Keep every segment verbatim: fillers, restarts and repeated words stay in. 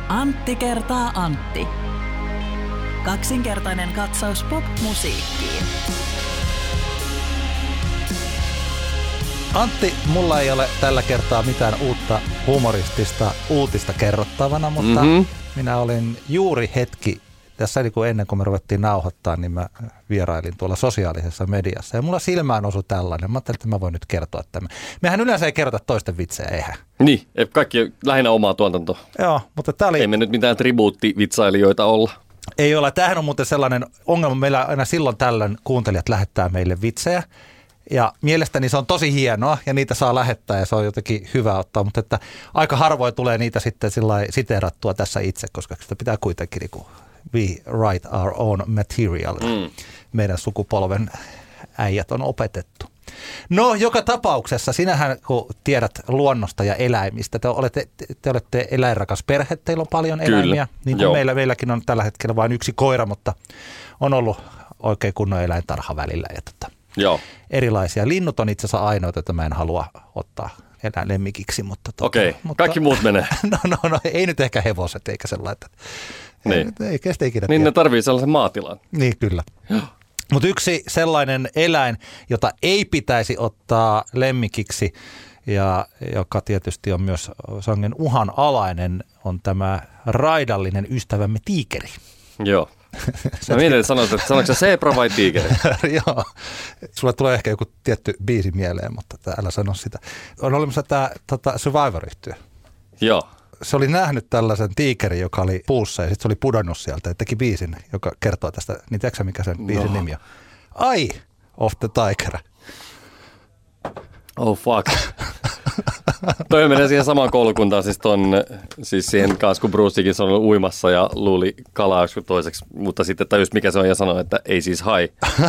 Antti kertaa Antti. Kaksinkertainen katsaus pop-musiikkiin. Antti, mulla ei ole tällä kertaa mitään uutta humoristista uutista kerrottavana, mutta mm-hmm. minä olin juuri hetki, tässä niin kuin ennen kuin me ruvettiin nauhoittaa, niin mä vierailin tuolla sosiaalisessa mediassa. Ja mulla silmään osui tällainen. Mä ajattelin, että mä voin nyt kertoa tämän. Mehän yleensä ei kerrota toisten vitsejä, eihän. Niin, kaikki lähinnä omaa tuotantoa. Joo, mutta tää oli... Ei me nyt mitään tribuuttivitsailijoita olla. Ei ole. Tämähän on muuten sellainen ongelma. Meillä aina silloin tällöin kuuntelijat lähettää meille vitsejä. Ja mielestäni se on tosi hienoa ja niitä saa lähettää ja se on jotenkin hyvä ottaa, mutta että aika harvoin tulee niitä sitten sillai siteerattua tässä itse, koska sitä pitää kuitenkin niinku we write our own material. Mm. Meidän sukupolven äijät on opetettu. No, joka tapauksessa, sinähän kun tiedät luonnosta ja eläimistä, te olette, te olette eläinrakas perhe, teillä on paljon Kyllä. eläimiä, niin kuin meillä, meilläkin on tällä hetkellä vain yksi koira, mutta on ollut oikein kunnon eläintarha välillä ja tota, Joo. erilaisia. Linnut on itse asiassa ainoita, että mä en halua ottaa enää lemmikiksi, mutta... Tota, Okei, mutta, kaikki muut menee. no, no, no, ei nyt ehkä hevoset eikä sellainen. Niin, ei, ei kestä ikinä niin tiedä. ne tarvii sellaisen maatilan. Niin, kyllä. Mutta yksi sellainen eläin, jota ei pitäisi ottaa lemmikiksi ja joka tietysti on myös sangen uhanalainen, on tämä raidallinen ystävämme tiikeri. Joo. Mä mietin, että sanoit, että sanoitko se zebra vai tiikeri? Joo. Sulle tulee ehkä joku tietty biisi mieleen, mutta älä sano sitä. On olemassa tämä tota, Survivor-yhtye. Joo. Se oli nähnyt tällaisen tiikerin, joka oli puussa ja sitten se oli pudonnut sieltä ja teki biisin, joka kertoo tästä. Niin tiedätkö mikä sen biisin no. nimi on? Eye of the Tiger. Oh fuck. Toi menee siihen samaan koulukuntaan, siis, ton, siis siihen kanssa, kun Brucekin on ollut uimassa ja luuli kalaa toiseksi, mutta sitten tajus mikä se on ja sanoi, että ei siis hai.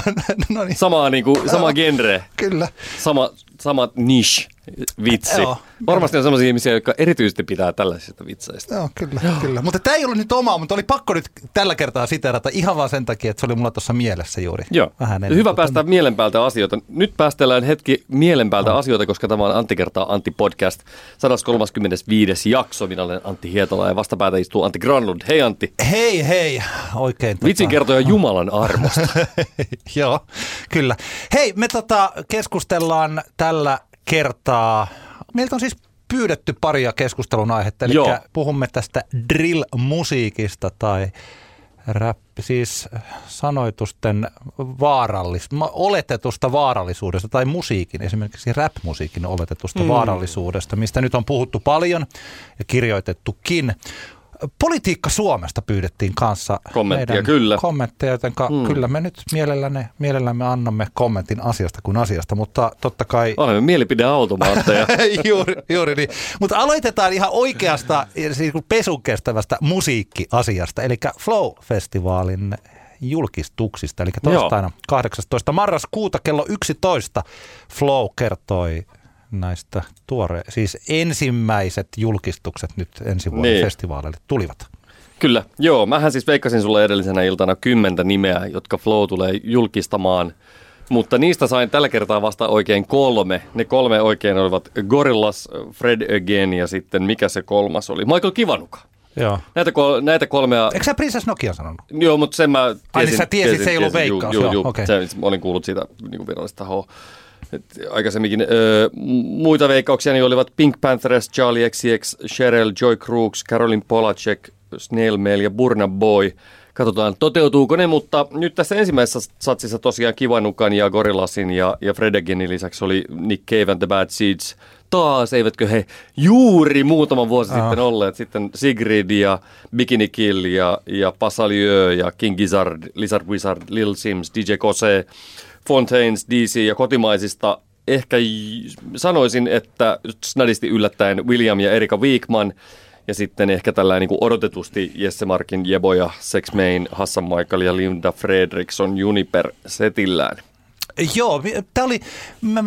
no niin. Sama, niin kuin, sama genre. Kyllä. Sama, sama niche vitsi. Joo. Varmasti on sellaisia ihmisiä, jotka erityisesti pitää tällaisista vitseistä. Joo, kyllä, kyllä. Mutta tämä ei ollut nyt omaa, mutta oli pakko nyt tällä kertaa siteerata ihan vaan sen takia, että se oli mulla tuossa mielessä juuri. Joo. Vähän ennen. Hyvä päästä mielenpäältä asioita. Nyt päästellään hetki mielenpäältä no. asioita, koska tämä on Antti kertaa Antti podcast. sata kolmekymmentäviisi jakso. Minä olen Antti Hietola ja vastapäätä istuu Antti Granlund. Hei Antti. Hei hei. Oikein. Vitsin kertoja no. Jumalan armosta. Joo, kyllä. Hei, me tota keskustellaan tällä kertaa. Meiltä on siis pyydetty paria keskustelun aihetta, eli Joo. puhumme tästä drill-musiikista tai rap, siis sanoitusten vaarallis, oletetusta vaarallisuudesta tai musiikin, esimerkiksi rap-musiikin oletetusta mm. vaarallisuudesta, mistä nyt on puhuttu paljon ja kirjoitettukin. Politiikka Suomesta pyydettiin kanssa kommenttia, kyllä. kommentteja, joten mm. kyllä me nyt mielellämme, mielellämme annamme kommentin asiasta kuin asiasta, mutta totta kai... Olemme mielipideautomaatteja. juuri, juuri niin. Mutta aloitetaan ihan oikeasta siis pesun kestävästä musiikkiasiasta, eli Flow-festivaalin julkistuksista, eli torstaina kahdeksastoista marraskuuta kello yksitoista Flow kertoi näistä tuore, siis ensimmäiset julkistukset nyt ensi vuoden niin. festivaaleille tulivat. Kyllä, joo. Mähän siis veikkasin sulle edellisenä iltana kymmentä nimeä, jotka Flow tulee julkistamaan, mutta niistä sain tällä kertaa vasta oikein kolme. Ne kolme oikein olivat Gorillaz, Fred Again ja sitten mikä se kolmas oli? Michael Kiwanuka. Joo. Näitä, kol- näitä kolmea... Eikö sä Princess Nokia sanonut? Joo, mutta sen mä tiesin. Ai niin sä tiesit, tiesin, se ei ollut veikkaus. Joo, joo, joo. Okay. Se, olin kuullut siitä niin kuin virallista tahoa. Et aikaisemminkin öö, muita veikkauksia niin olivat Pink Panthers, Charlie X C X, Cheryl, Joy Crooks, Caroline Polachek, Snail Mail ja Burna Boy. Katsotaan, toteutuuko ne, mutta nyt tässä ensimmäisessä satsissa tosiaan Kiwanukan ja Gorillazin ja, ja Fred Againin lisäksi oli Nick Cave and the Bad Seeds. Taas eivätkö he juuri muutama vuosi ah. sitten olleet sitten Sigrid ja Bikini Kill ja, ja Pasalieu ja King Gizzard, Lizard Wizard, Lil Sims, D J Kose, Fontaines, D C ja kotimaisista ehkä sanoisin, että snadisti yllättäen William ja Erika Wigman ja sitten ehkä tällainen niin kuin odotetusti Jesse Markin, Jebo ja Sex Main, Hassan Michael ja Linda Fredriksson Juniper setillään. Joo, tämä oli... Mä...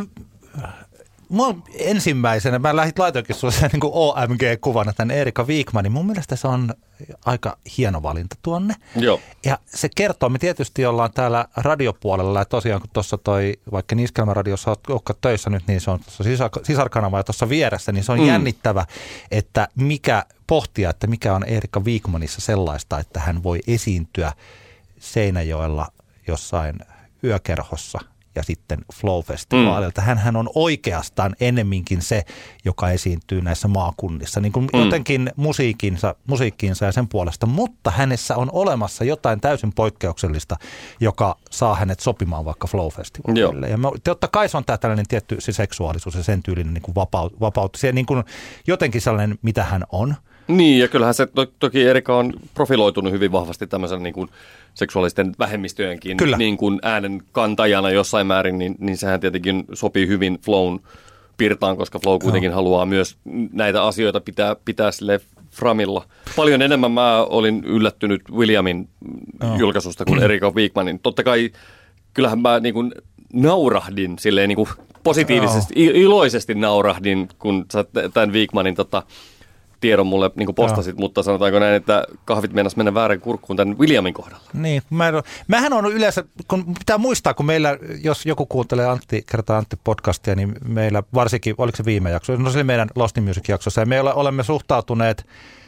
Mä ensimmäisenä, mä lähdin laitoinkin sulle sen niin kuin O M G-kuvana tämän Erika Wigmanin. Mun mielestä se on aika hieno valinta tuonne. Joo. Ja se kertoo, me tietysti ollaan täällä radiopuolella ja tosiaan kun tuossa toi, vaikka Niskelmäradiossa ootko töissä nyt, niin se on tuossa sisar- sisarkanava ja tuossa vieressä, niin se on mm. jännittävä, että mikä pohtia, että mikä on Erika Wigmanissa sellaista, että hän voi esiintyä Seinäjoella jossain yökerhossa ja sitten Flow-festivaalilta. Mm. Hänhän on oikeastaan ennemminkin se, joka esiintyy näissä maakunnissa, niin kuin mm. jotenkin musiikkinsa, musiikkiinsa ja sen puolesta, mutta hänessä on olemassa jotain täysin poikkeuksellista, joka saa hänet sopimaan vaikka Flow-festivaalille. Ja me, totta kai se on tämä tällainen tietty se seksuaalisuus ja sen tyylinen niin kuin vapaut, vapaut, se niin kuin jotenkin sellainen, mitä hän on. Niin, ja kyllähän se to, toki Erika on profiloitunut hyvin vahvasti tämmöisen niin kuin seksuaalisten vähemmistöjenkin niin kuin äänen kantajana jossain määrin, niin, niin sehän tietenkin sopii hyvin Flown pirtaan, koska Flow kuitenkin no. haluaa myös näitä asioita pitää, pitää sille framilla. Paljon enemmän mä olin yllättynyt Williamin no. julkaisusta kuin Erika Wigmanin. Totta kai kyllähän mä niin kuin naurahdin silleen niin kuin positiivisesti, no. iloisesti naurahdin, kun sä tämän Wigmanin tota, tiedon mulle niin postasit, Joo. mutta sanotaanko näin, että kahvit meinas mennä väärän kurkkuun tämän Williamin kohdalla. Niin, mä en ole, mähän on yleensä, kun pitää muistaa, kun meillä, jos joku kuuntelee Antti, kertaa Antti podcastia, niin meillä varsinkin, oliko se viime jakso, no se oli meidän Lost in Music -jaksossa, ja me olemme suhtautuneet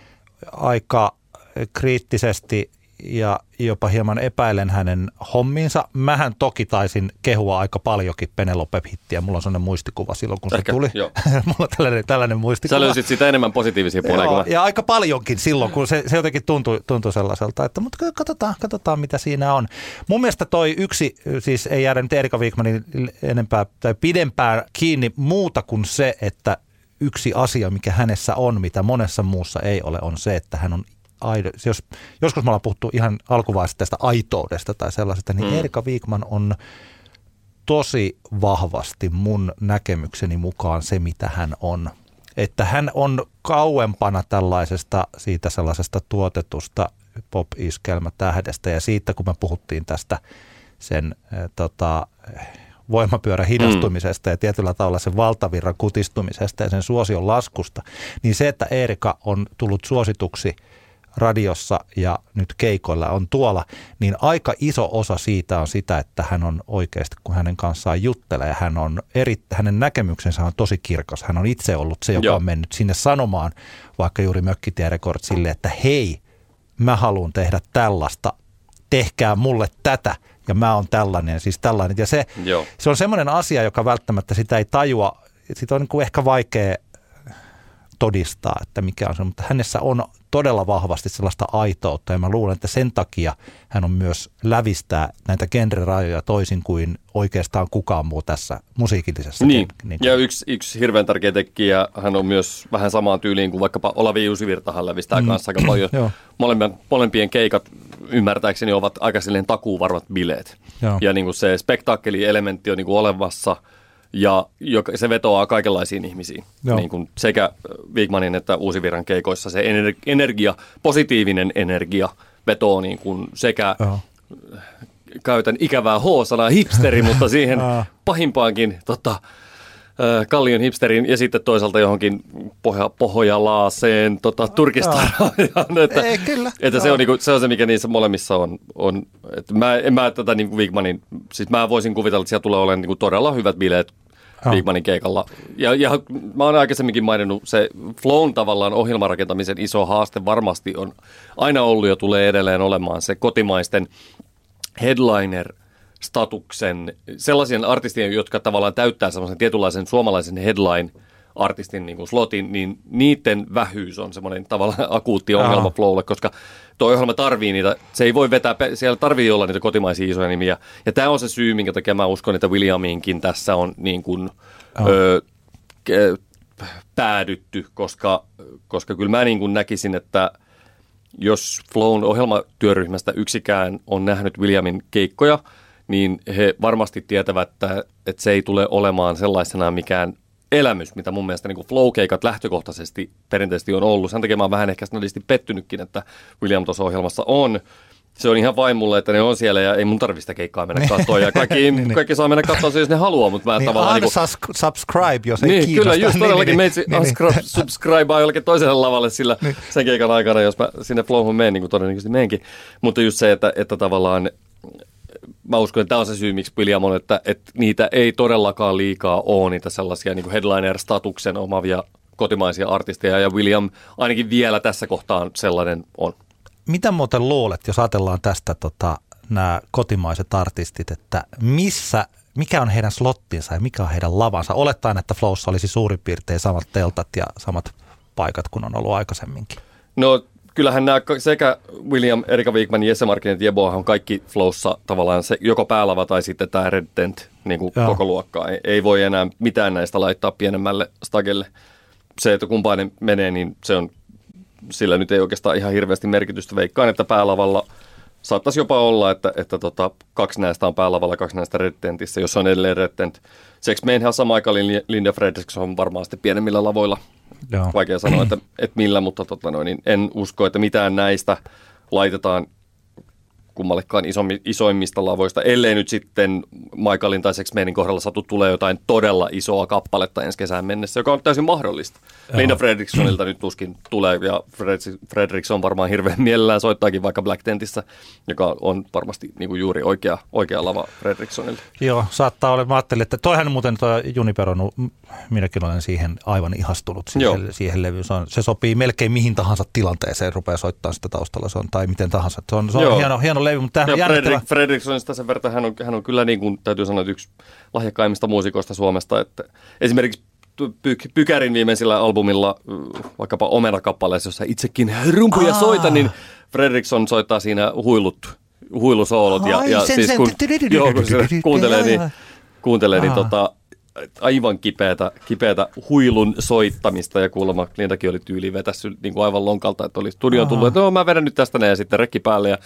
aika kriittisesti ja jopa hieman epäilen hänen hommiinsa. Mähän toki taisin kehua aika paljonkin Penelope-hittiä. Mulla on sellainen muistikuva silloin, kun Ehkä, se tuli. Mulla on tällainen, tällainen muistikuva. Sä löysit sitä enemmän positiivisia puolia. Ja aika paljonkin silloin, kun se, se jotenkin tuntui, tuntui sellaiselta. Että, mutta katsotaan, katsotaan, mitä siinä on. Mun mielestä toi yksi, siis ei jäädä nyt Erika Wigmanin enempää tai pidempään kiinni muuta kuin se, että yksi asia, mikä hänessä on, mitä monessa muussa ei ole, on se, että hän on aido. Jos, joskus me ollaan puhuttu ihan alkuvaiheessa tästä aitoudesta tai sellaisesta, niin mm. Erika Wigman on tosi vahvasti mun näkemykseni mukaan se, mitä hän on. Että hän on kauempana tällaisesta siitä sellaisesta tuotetusta pop-iskelmätähdestä ja siitä, kun me puhuttiin tästä sen äh, tota, voimapyörän hidastumisesta mm. ja tietyllä tavalla sen valtavirran kutistumisesta ja sen suosion laskusta, niin se, että Erika on tullut suosituksi radiossa ja nyt keikoilla on tuolla, niin aika iso osa siitä on sitä, että hän on oikeasti, kun hänen kanssaan juttelee, hän on eri, hänen näkemyksensä on tosi kirkas. Hän on itse ollut se, joka Joo. on mennyt sinne sanomaan, vaikka juuri Mökkitie Records sille, että hei, mä haluan tehdä tällaista, tehkää mulle tätä ja mä oon tällainen, siis tällainen. Ja se, se on semmoinen asia, joka välttämättä sitä ei tajua, sitä on niin kuin ehkä vaikea todistaa, että mikä on se, mutta hänessä on todella vahvasti sellaista aitoutta ja mä luulen, että sen takia hän on myös lävistää näitä genrerajoja toisin kuin oikeastaan kukaan muu tässä musiikillisessa. Niin, niin ja yksi, yksi hirveän tärkeä tekijä, hän on myös vähän samaan tyyliin kuin vaikkapa Olavi Juusivirtahan lävistää mm. kanssa aika paljon. Molempien, molempien keikat ymmärtääkseni ovat aika silleen takuuvarmat bileet. Joo. Ja niin kuin se spektaakeli-elementti on niin kuin olemassa ja joka, se vetoaa kaikenlaisiin ihmisiin, niin kuin sekä Wigmanin että Uusivirran keikoissa se energia, positiivinen energia vetoo niin kuin sekä, Joo. käytän ikävää H-sanaa, hipsteri, mutta siihen pahimpaankin tota, kallion hipsterin ja sitten toisaalta johonkin pohja, pohjalaaseen tota, turkistarhaajan. Että, Ei, kyllä. että se, on, niin kuin, se on se, mikä niissä molemmissa on. on että mä, en mä tätä niin kuin Wigmanin, siis mä voisin kuvitella, että siellä tulee olemaan niin kuin todella hyvät bileet oh. Wigmanin keikalla. Ja, ja mä oon aikaisemminkin maininnut, se Flown tavallaan ohjelmarakentamisen iso haaste varmasti on aina ollut ja tulee edelleen olemaan se kotimaisten headliner statuksen, sellaisen artistien, jotka tavallaan täyttää sellaisen tietynlaisen suomalaisen headline-artistin niin kuin slotin, niin niiden vähyys on semmoinen tavallaan akuutti ongelma Aha. Flowlle, koska tuo ohjelma tarvii niitä, se ei voi vetää, siellä tarvii olla niitä kotimaisia isoja nimiä. Ja tämä on se syy, minkä takia mä uskon, että Williamiinkin tässä on niin kuin, ö, päädytty, koska, koska kyllä mä niin kuin näkisin, että jos Flown ohjelmatyöryhmästä yksikään on nähnyt Williamin keikkoja, niin he varmasti tietävät, että, että se ei tule olemaan sellaisena mikään elämys, mitä mun mielestä niin kuin flow-keikat lähtökohtaisesti perinteisesti on ollut. Sen takia mä oon vähän ehkä snadisti pettynytkin, että William tuossa ohjelmassa on. Se on ihan vain mulle, että ne on siellä ja ei mun tarvitse sitä keikkaa mennä katsoa. Ja kaikki, niin, kaikki saa mennä katsoa jos ne haluaa, mutta mä niin, tavallaan... Niin kuin, subscribe, jos ei niin, kiinnosta. Kyllä, just todellakin niin, meitsi niin, niin, subscribea jollekin toiselle lavalle sillä niin. sen keikan aikana, jos mä sinne flowhun menen, niin kuin todennäköisesti menenkin. Mutta just se, että, että tavallaan... Mä uskon, että tämä on se syy, miksi William on, että, että niitä ei todellakaan liikaa ole, niitä sellaisia niin kuin headliner-statuksen omavia kotimaisia artisteja, ja William ainakin vielä tässä kohtaan sellainen on. Mitä muuten luulet, jos ajatellaan tästä tota, nämä kotimaiset artistit, että missä, mikä on heidän slottinsa ja mikä on heidän lavansa? Olettaen, että Flowssa olisi suurin piirtein samat teltat ja samat paikat kuin on ollut aikaisemminkin. No kyllähän nämä sekä William, Erika Wigman, Jesse Markkinen ja Jeboa on kaikki Flowssa tavallaan se joko päälava tai sitten tämä Red Tent niin kuin koko luokkaa. Ei, ei voi enää mitään näistä laittaa pienemmälle stagelle. Se, että kumpainen menee, niin se on, sillä nyt ei oikeastaan ihan hirveästi merkitystä. Veikkaan, että päälavalla saattaisi jopa olla, että, että tota, kaksi näistä on päälavalla, kaksi näistä Red Tentissä, jos on edelleen Red Tent. Sex Mainhassa Michael ja Linda Fredriksson on varmaan sitten pienemmillä lavoilla. Joo. Vaikea sanoa, että, että millä, mutta tota noin, niin en usko, että mitään näistä laitetaan kummallekaan isommi, isoimmista lavoista, ellei nyt sitten Michaelin tai Sex Mainin kohdalla satu tulee jotain todella isoa kappaletta ensi kesään mennessä, joka on täysin mahdollista. Joo. Linda Fredrikssonilta nyt tuskin tulee, ja Fredriksson varmaan hirveän mielellään soittaakin vaikka Black Tentissä, joka on varmasti niin kuin juuri oikea, oikea lava Fredrikssonilta. Joo, saattaa olla. Mä ajattelin, että toihan muuten tuo Juniper on, minäkin olen siihen aivan ihastunut siihen, siihen levyyn. Se, on, se sopii melkein mihin tahansa tilanteeseen, rupeaa soittamaan sitä taustalla, se on, tai miten tahansa. Se on, se on hieno, hieno levy, mutta tämähän on jännittävä. Fredrikssonista sen verran, hän on, hän on kyllä niin kuin, täytyy sanoa, yksi lahjakkaimmista muusikoista Suomesta, että esimerkiksi Py- Pykärin viimeisellä albumilla, vaikkapa Omena-kappaleessa, jossa itsekin rumpuja Aa. soitan, niin Fredriksson soittaa siinä huilut, huilusoolot. Ja, ja siis kun, joo, kun se kuuntelee, niin, kuuntelee niin tota, aivan kipeätä, kipeätä huilun soittamista, ja kuulemma Lindakin oli tyyliin vetässyt niin kuin aivan lonkalta, että oli studioon tullut, että no, mä vedän nyt tästä näin, ja sitten rekki päälle, ja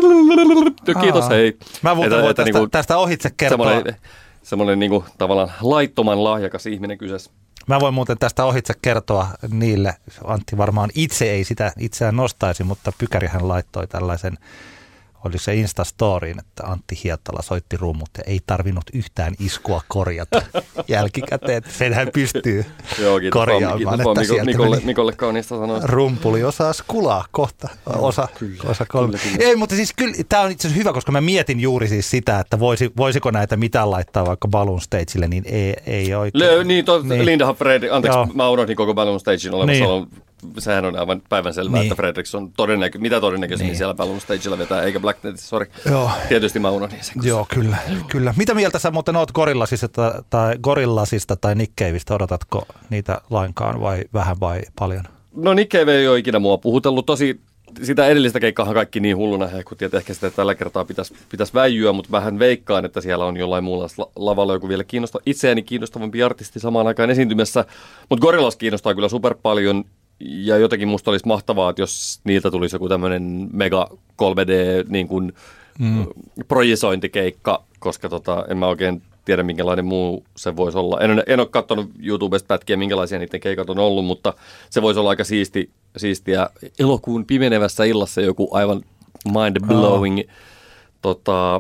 kiitos, hei. Mä voin tästä, niin kuin, tästä ohitse kertoa. Semmoinen, semmoinen niin kuin, tavallaan laittoman lahjakas ihminen kyseessä. Mä voin muuten tästä ohitse kertoa niille, Antti varmaan itse ei sitä itseään nostaisi, mutta Pykärihän laittoi tällaisen, oli se Instastoriin, että Antti Hietala soitti rummut ja ei tarvinnut yhtään iskua korjata jälkikäteen. Senhän pystyy Joo, kiitos korjaamaan. Kiitos vaan Nikolle, Nikolle, Nikolle kauniista sanoista. Rumpuli osaa skulaa kohta, osa, kyllä, osa kolme. Kyllä, kyllä. Ei, mutta siis kyllä tämä on itse asiassa hyvä, koska mä mietin juuri siis sitä, että voisi, voisiko näitä mitään laittaa vaikka Balloon Stagelle, niin ei, ei oikein. Le, niin, to, niin. Linda Fred, anteeksi, Joo. mä unohdin koko Balloon Stagein olemassaolon. Niin. Sehän on aivan päivänselvää, niin. että Fredriksson todennäkö, mitä todennäköisemmin niin. siellä Balloon Stagella vetää, eikä Black Netissä, sori. Joo. Tietysti mä unohdin sen. Joo, kyllä, kyllä. Mitä mieltä sä muuten oot Gorillasista tai, Gorillasista tai Nick Caveista? Odotatko niitä lainkaan vai vähän vai paljon? No Nick Cave ei ole ikinä mua puhutellut. Tosi sitä edellistä keikkaa kaikki niin hulluna hehkutti, että ehkä sitä tällä kertaa pitäisi, pitäisi väijyä, mutta vähän veikkaan, että siellä on jollain muulla lavalla joku vielä kiinnosta, itseäni kiinnostavampi artisti samaan aikaan esiintymässä. Mutta Gorillas kiinnostaa kyllä super paljon. Ja jotenkin musta olisi mahtavaa, että jos niiltä tulisi joku tämmöinen mega kolme D niin kuin mm. projisointikeikka, koska tota, en mä oikein tiedä, minkälainen muu se voisi olla. En, en ole katsonut YouTubesta pätkiä, minkälaisia niiden keikat on ollut, mutta se voisi olla aika siisti, siistiä. Elokuun pimenevässä illassa joku aivan mind-blowing oh. tota,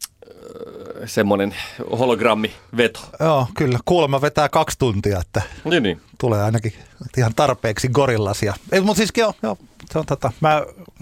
semmoinen hologrammiveto. Joo, kyllä. Kuulemma vetää kaksi tuntia, että niin, niin. tulee ainakin ihan tarpeeksi Gorillasia. Ei, mutta siis joo, joo se on tota, mä,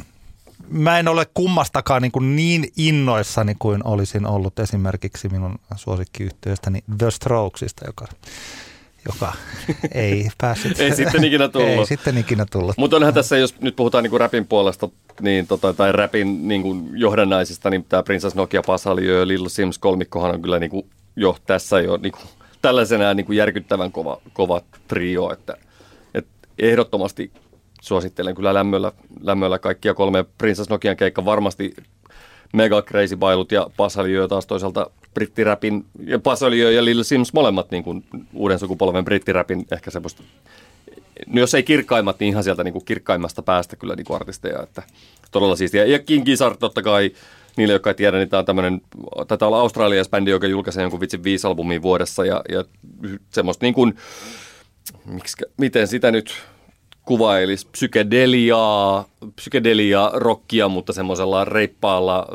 mä en ole kummastakaan niin, kuin niin innoissani kuin olisin ollut esimerkiksi minun suosikkiyhtiöstäni The Strokesista, joka, joka ei päässyt. ei sitten ikinä tullut. Ei sitten ikinä tullut. Mutta onhan tässä, jos nyt puhutaan niin kuin rapin puolesta, niin, tota, tai rapin niin kuin johdannaisista, niin tämä Princess Nokia, Pasalio ja Lil Sims kolmikkohan on kyllä niin kuin jo tässä jo niin kuin, tällaisena niin kuin järkyttävän kova, kova trio, että, että ehdottomasti suosittelen kyllä lämmöllä, lämmöllä kaikkia kolme. Princess Nokian keikka varmasti mega crazy bailut ja Pasalio taas toisaalta brittiräpin, ja Pasalio ja Lil Sims molemmat niin kuin uuden sukupolven brittiräpin ehkä semmoista. No jos ei kirkkaimmat, niin ihan sieltä niin kuin kirkkaimmasta päästä kyllä niin kuin artisteja, että todella siistiä. Ja King Gizzard totta kai, niille jotka ei tiedä, niin tämä on tämmöinen, taitaa olla australialaisbändi, joka julkaisee jonkun vitsin viisi albumia vuodessa ja, ja semmoista niin kuin, miksikä, miten sitä nyt kuvailisi, psykedeliaa, psykedelia rockia, mutta semmoisella reippaalla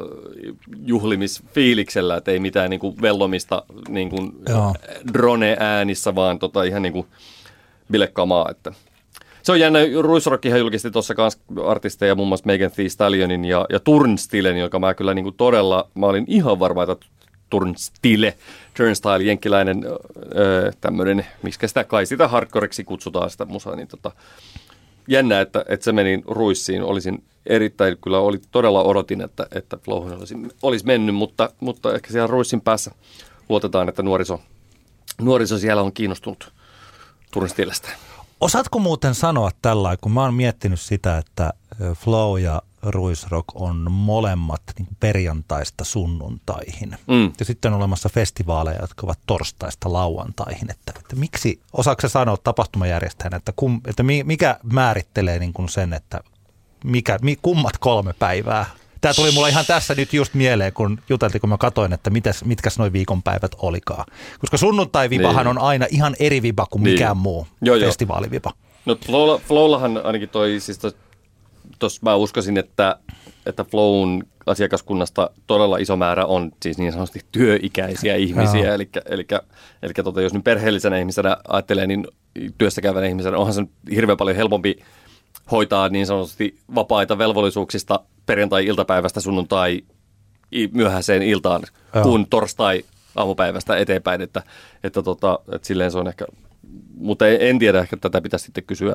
juhlimisfiiliksellä, että ei mitään niin kuin vellomista niin kuin drone-äänissä, vaan tota ihan niin kuin bilekamaa, että se on jännä. Ruisrockihan julkisti tuossa kanssa artisteja, muun muassa Megan Thee Stallionin ja, ja Turnstilen, joka mä kyllä niin kuin todella, mä olin ihan varma, että Turnstile, Turnstile, jenkkiläinen öö, tämmöinen, miksi sitä kai sitä hardcoreksi kutsutaan sitä musaa, niin tota, jännä, että, että se meni Ruissiin. Olisin erittäin, kyllä oli todella odotin, että, että Flowhun olisi, olisi mennyt, mutta, mutta ehkä siellä Ruissin päässä luotetaan, että nuoriso, nuoriso siellä on kiinnostunut Turun-Stilestä. Osaatko muuten sanoa tällä, kun mä oon miettinyt sitä, että Flow ja Ruisrock on molemmat niin perjantaista sunnuntaihin. Mm. Ja sitten on olemassa festivaaleja, jotka ovat torstaista lauantaihin. Että, että miksi, osaatko sä sanoa tapahtumajärjestäjänä, että, kum, että mikä määrittelee niin kuin sen, että mikä, kummat kolme päivää? Tämä tuli mulle ihan tässä nyt just mieleen, kun juteltiin, kun mä katsoin, että mitäs, mitkäs noi viikonpäivät olikaan. Koska sunnuntai-vipahan niin on aina ihan eri viba kuin niin mikään muu joo, festivaaliviba. No Flowlla, Flowllahan ainakin toi, siis tuossa mä uskoisin, että, että Flown asiakaskunnasta todella iso määrä on siis niin sanotusti työikäisiä ihmisiä. Eli, eli, eli tota, jos nyt perheellisenä ihmisenä ajattelee, niin työssäkäyvänä ihmisenä onhan se hirveän paljon helpompi hoitaa niin sanotusti vapaita velvollisuuksista perjantai-iltapäivästä sunnuntai myöhäiseen iltaan Joo. kuin torstai-aamupäivästä eteenpäin, että, että, tota, että silleen se on ehkä, mutta en, en tiedä, ehkä tätä pitäisi sitten kysyä.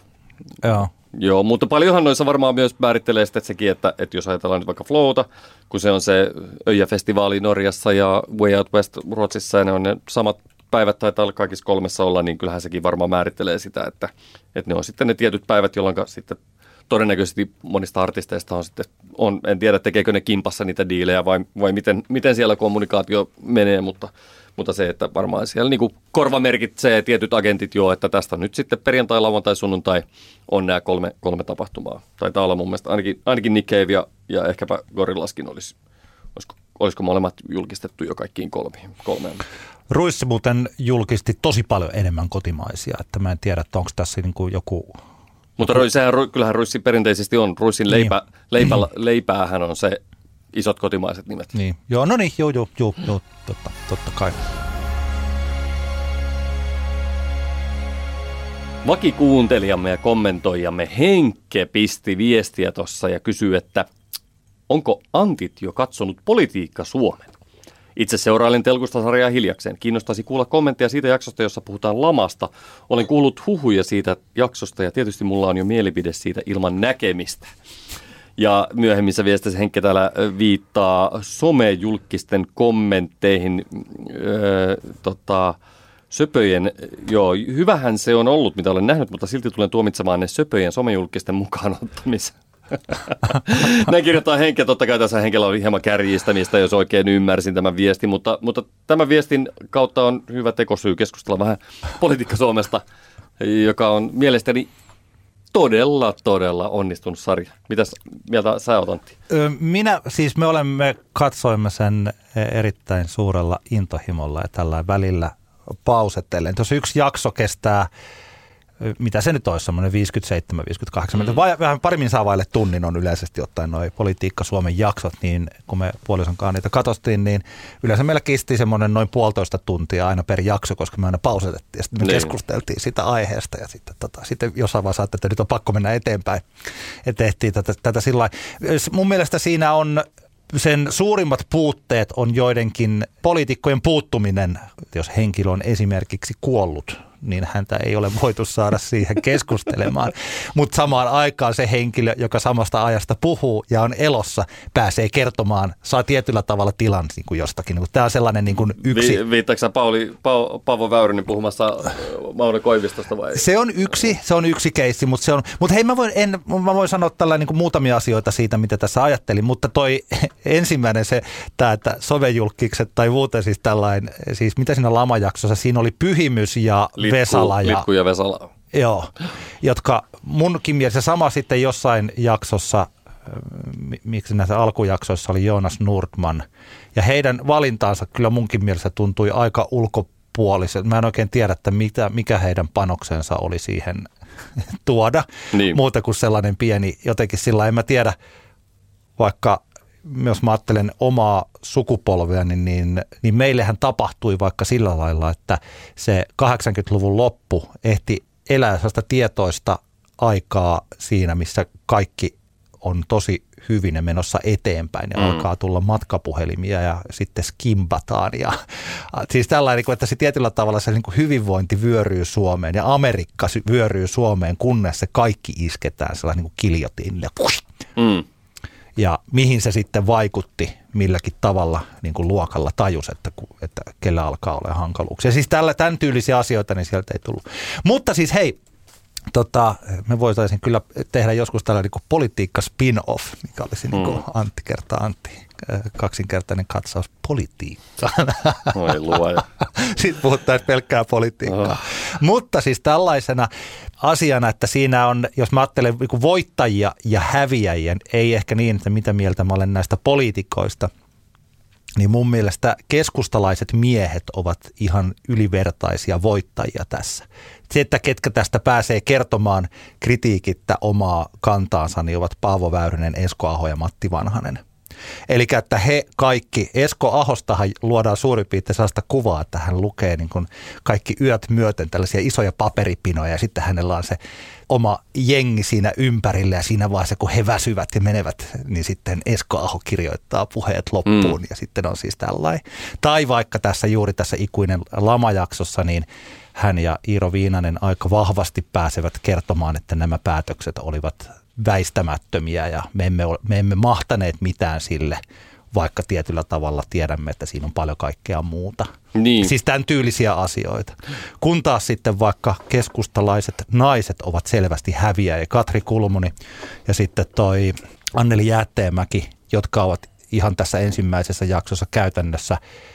Joo. Joo, mutta paljonhan noissa varmaan myös määrittelee sitten sekin, että, että jos ajatellaan nyt vaikka Flowta, kun se on se Öijä-festivaali Norjassa ja Way Out West Ruotsissa ja ne on ne samat päivät taitaa olla kaikissa kolmessa olla, niin kyllähän sekin varmaan määrittelee sitä, että, että ne on sitten ne tietyt päivät, jolloin sitten todennäköisesti monista artisteista on sitten, on, en tiedä tekeekö ne kimpassa niitä diilejä vai, vai miten, miten siellä kommunikaatio menee, mutta, mutta se, että varmaan siellä niin kuin korva merkitsee tietyt agentit jo, että tästä nyt sitten perjantai, lauantai, sunnuntai on nämä kolme, kolme tapahtumaa. Taitaa olla mun mielestä ainakin, ainakin Nick Cave ja, ja ehkäpä Gorillaskin olisi, olisiko, olisiko molemmat julkistettu jo kaikkiin kolmiin, kolmeen. Ruissi muuten julkisti tosi paljon enemmän kotimaisia, että mä en tiedä, että onko tässä niin kuin joku... Mutta joku... sehän, kyllähän Ruissi perinteisesti on. Ruissin leipä, niin. leipä, leipäähän on se isot kotimaiset nimet. Niin. Joo, no niin, joo, joo, joo, joo totta, totta kai. Vakikuuntelijamme ja kommentoijamme Henkke pisti viestiä tuossa ja kysyy, että onko Antit jo katsonut Politiikka Suomen? Itse seurailen telkusta sarjaa hiljakseen. Kiinnostaisi kuulla kommentteja siitä jaksosta, jossa puhutaan lamasta. Olen kuullut huhuja siitä jaksosta ja tietysti mulla on jo mielipide siitä ilman näkemistä. Ja myöhemmissä viesteissä Henkka täällä viittaa somejulkisten kommentteihin. Öö, tota, söpöjen, joo, hyvähän se on ollut, mitä olen nähnyt, mutta silti tulen tuomitsemaan ne söpöjen somejulkisten mukaan ottamisen. Näin kirjoittaa Henkka, totta kai tässä Henkellä oli hieman kärjistämistä, jos oikein ymmärsin tämän viestin, mutta, mutta tämän viestin kautta on hyvä tekosyy keskustella vähän Politiikka Suomesta, joka on mielestäni todella, todella onnistunut sarja. Mitäs mieltä sä oot, Antti? Minä, siis me olemme, katsoimme sen erittäin suurella intohimolla ja tällä välillä pausetellen. Tuossa yksi jakso kestää, mitä se nyt olisi, semmoinen viisikymmentäseitsemän viisikymmentäkahdeksan, mm. vai, vähän parimmin saa vaille tunnin on yleisesti ottaen noi Politiikka Suomen jaksot, niin kun me puolisonkaan niitä katsottiin, niin yleensä meillä kesti semmoinen noin puolitoista tuntia aina per jakso, koska me aina pausetettiin ja sitten me niin. keskusteltiin sitä aiheesta ja sitten, tota, sitten jossain vaiheessa ajattelin, että nyt on pakko mennä eteenpäin ja tehtiin tätä, tätä sillä lailla. Mun mielestä siinä on sen suurimmat puutteet on joidenkin poliitikkojen puuttuminen, jos henkilö on esimerkiksi kuollut, niin häntä ei ole voitu saada siihen keskustelemaan. Mutta samaan aikaan se henkilö, joka samasta ajasta puhuu ja on elossa, pääsee kertomaan, saa tietyllä tavalla tilan niin kuin jostakin. Tämä on sellainen niin kuin yksi... Vi, viittaatko sä Pauli, pa, Paavo Väyrynen puhumassa Mauno Koivistosta vai? Se on yksi, se on yksi keissi, mutta se on... Mutta hei, mä voin, en, mä voin sanoa tällä niin kuin muutamia asioita siitä, mitä tässä ajattelin, mutta toi ensimmäinen se, tämä, että sovejulkkikset tai muuten siis tällainen, siis mitä siinä lamajaksossa, siinä oli Pyhimys ja Litku, Vesala. Ja, Litku ja Vesala. Joo, jotka munkin mielestä sama sitten jossain jaksossa, miksi näissä alkujaksoissa oli Jonas Nordman, ja heidän valintaansa kyllä munkin mielestä tuntui aika ulkopuoliselta. Mä en oikein tiedä, että mitä, mikä heidän panoksensa oli siihen tuoda, niin. Muuta kuin sellainen pieni, jotenkin sillä en mä tiedä, vaikka jos mä ajattelen omaa sukupolveani, niin, niin meillehän tapahtui vaikka sillä lailla, että se kahdeksankymmentäluvun loppu ehti elää sellaista tietoista aikaa siinä, missä kaikki on tosi hyvin ja menossa eteenpäin ja mm. alkaa tulla matkapuhelimia ja sitten skimbataan. Ja, siis tällainen, että se tietyllä tavalla se niin kuin hyvinvointi vyöryy Suomeen ja Amerikka vyöryy Suomeen, kunnes se kaikki isketään sellainen niin kuin kiljotiinille. Mm. Ja mihin se sitten vaikutti milläkin tavalla niin kuin luokalla tajus, että, että kellä alkaa olla hankaluuksia. Siis tällä, tämän tyylisiä asioita, niin sieltä ei tullut. Mutta siis hei, tota, me voitaisiin kyllä tehdä joskus tällainen niin kuin politiikka spin-off, mikä olisi mm. niin kuin Antti kertaa Antti. Kaksinkertainen katsaus politiikkaan. Oi luoja. Sitten puhuttaisiin pelkkää politiikkaa. Oh. Mutta siis tällaisena asiana, että siinä on, jos mä ajattelen niin voittajia ja häviäjiä, ei ehkä niin, että mitä mieltä mä olen näistä poliitikoista, niin mun mielestä keskustalaiset miehet ovat ihan ylivertaisia voittajia tässä. Se, että ketkä tästä pääsee kertomaan kritiikittä omaa kantaansa, niin ovat Paavo Väyrynen, Esko Aho ja Matti Vanhanen. Eli että he kaikki, Esko Ahostahan luodaan suurin piirtein sellaista kuvaa, että hän lukee niin kuin kaikki yöt myöten tällaisia isoja paperipinoja ja sitten hänellä on se oma jengi siinä ympärillä ja siinä vaiheessa kun he väsyvät ja menevät, niin sitten Esko Aho kirjoittaa puheet loppuun mm. ja sitten on siis tällainen. Tai vaikka tässä juuri tässä ikuinen lamajaksossa, niin hän ja Iiro Viinanen aika vahvasti pääsevät kertomaan, että nämä päätökset olivat väistämättömiä ja me emme, me emme mahtaneet mitään sille, vaikka tietyllä tavalla tiedämme, että siinä on paljon kaikkea muuta. Niin. Siis tämän tyylisiä asioita. Kun taas sitten vaikka keskustalaiset naiset ovat selvästi häviäjiä, Katri Kulmuni ja sitten toi Anneli Jäätteenmäki, jotka ovat ihan tässä ensimmäisessä jaksossa käytännössä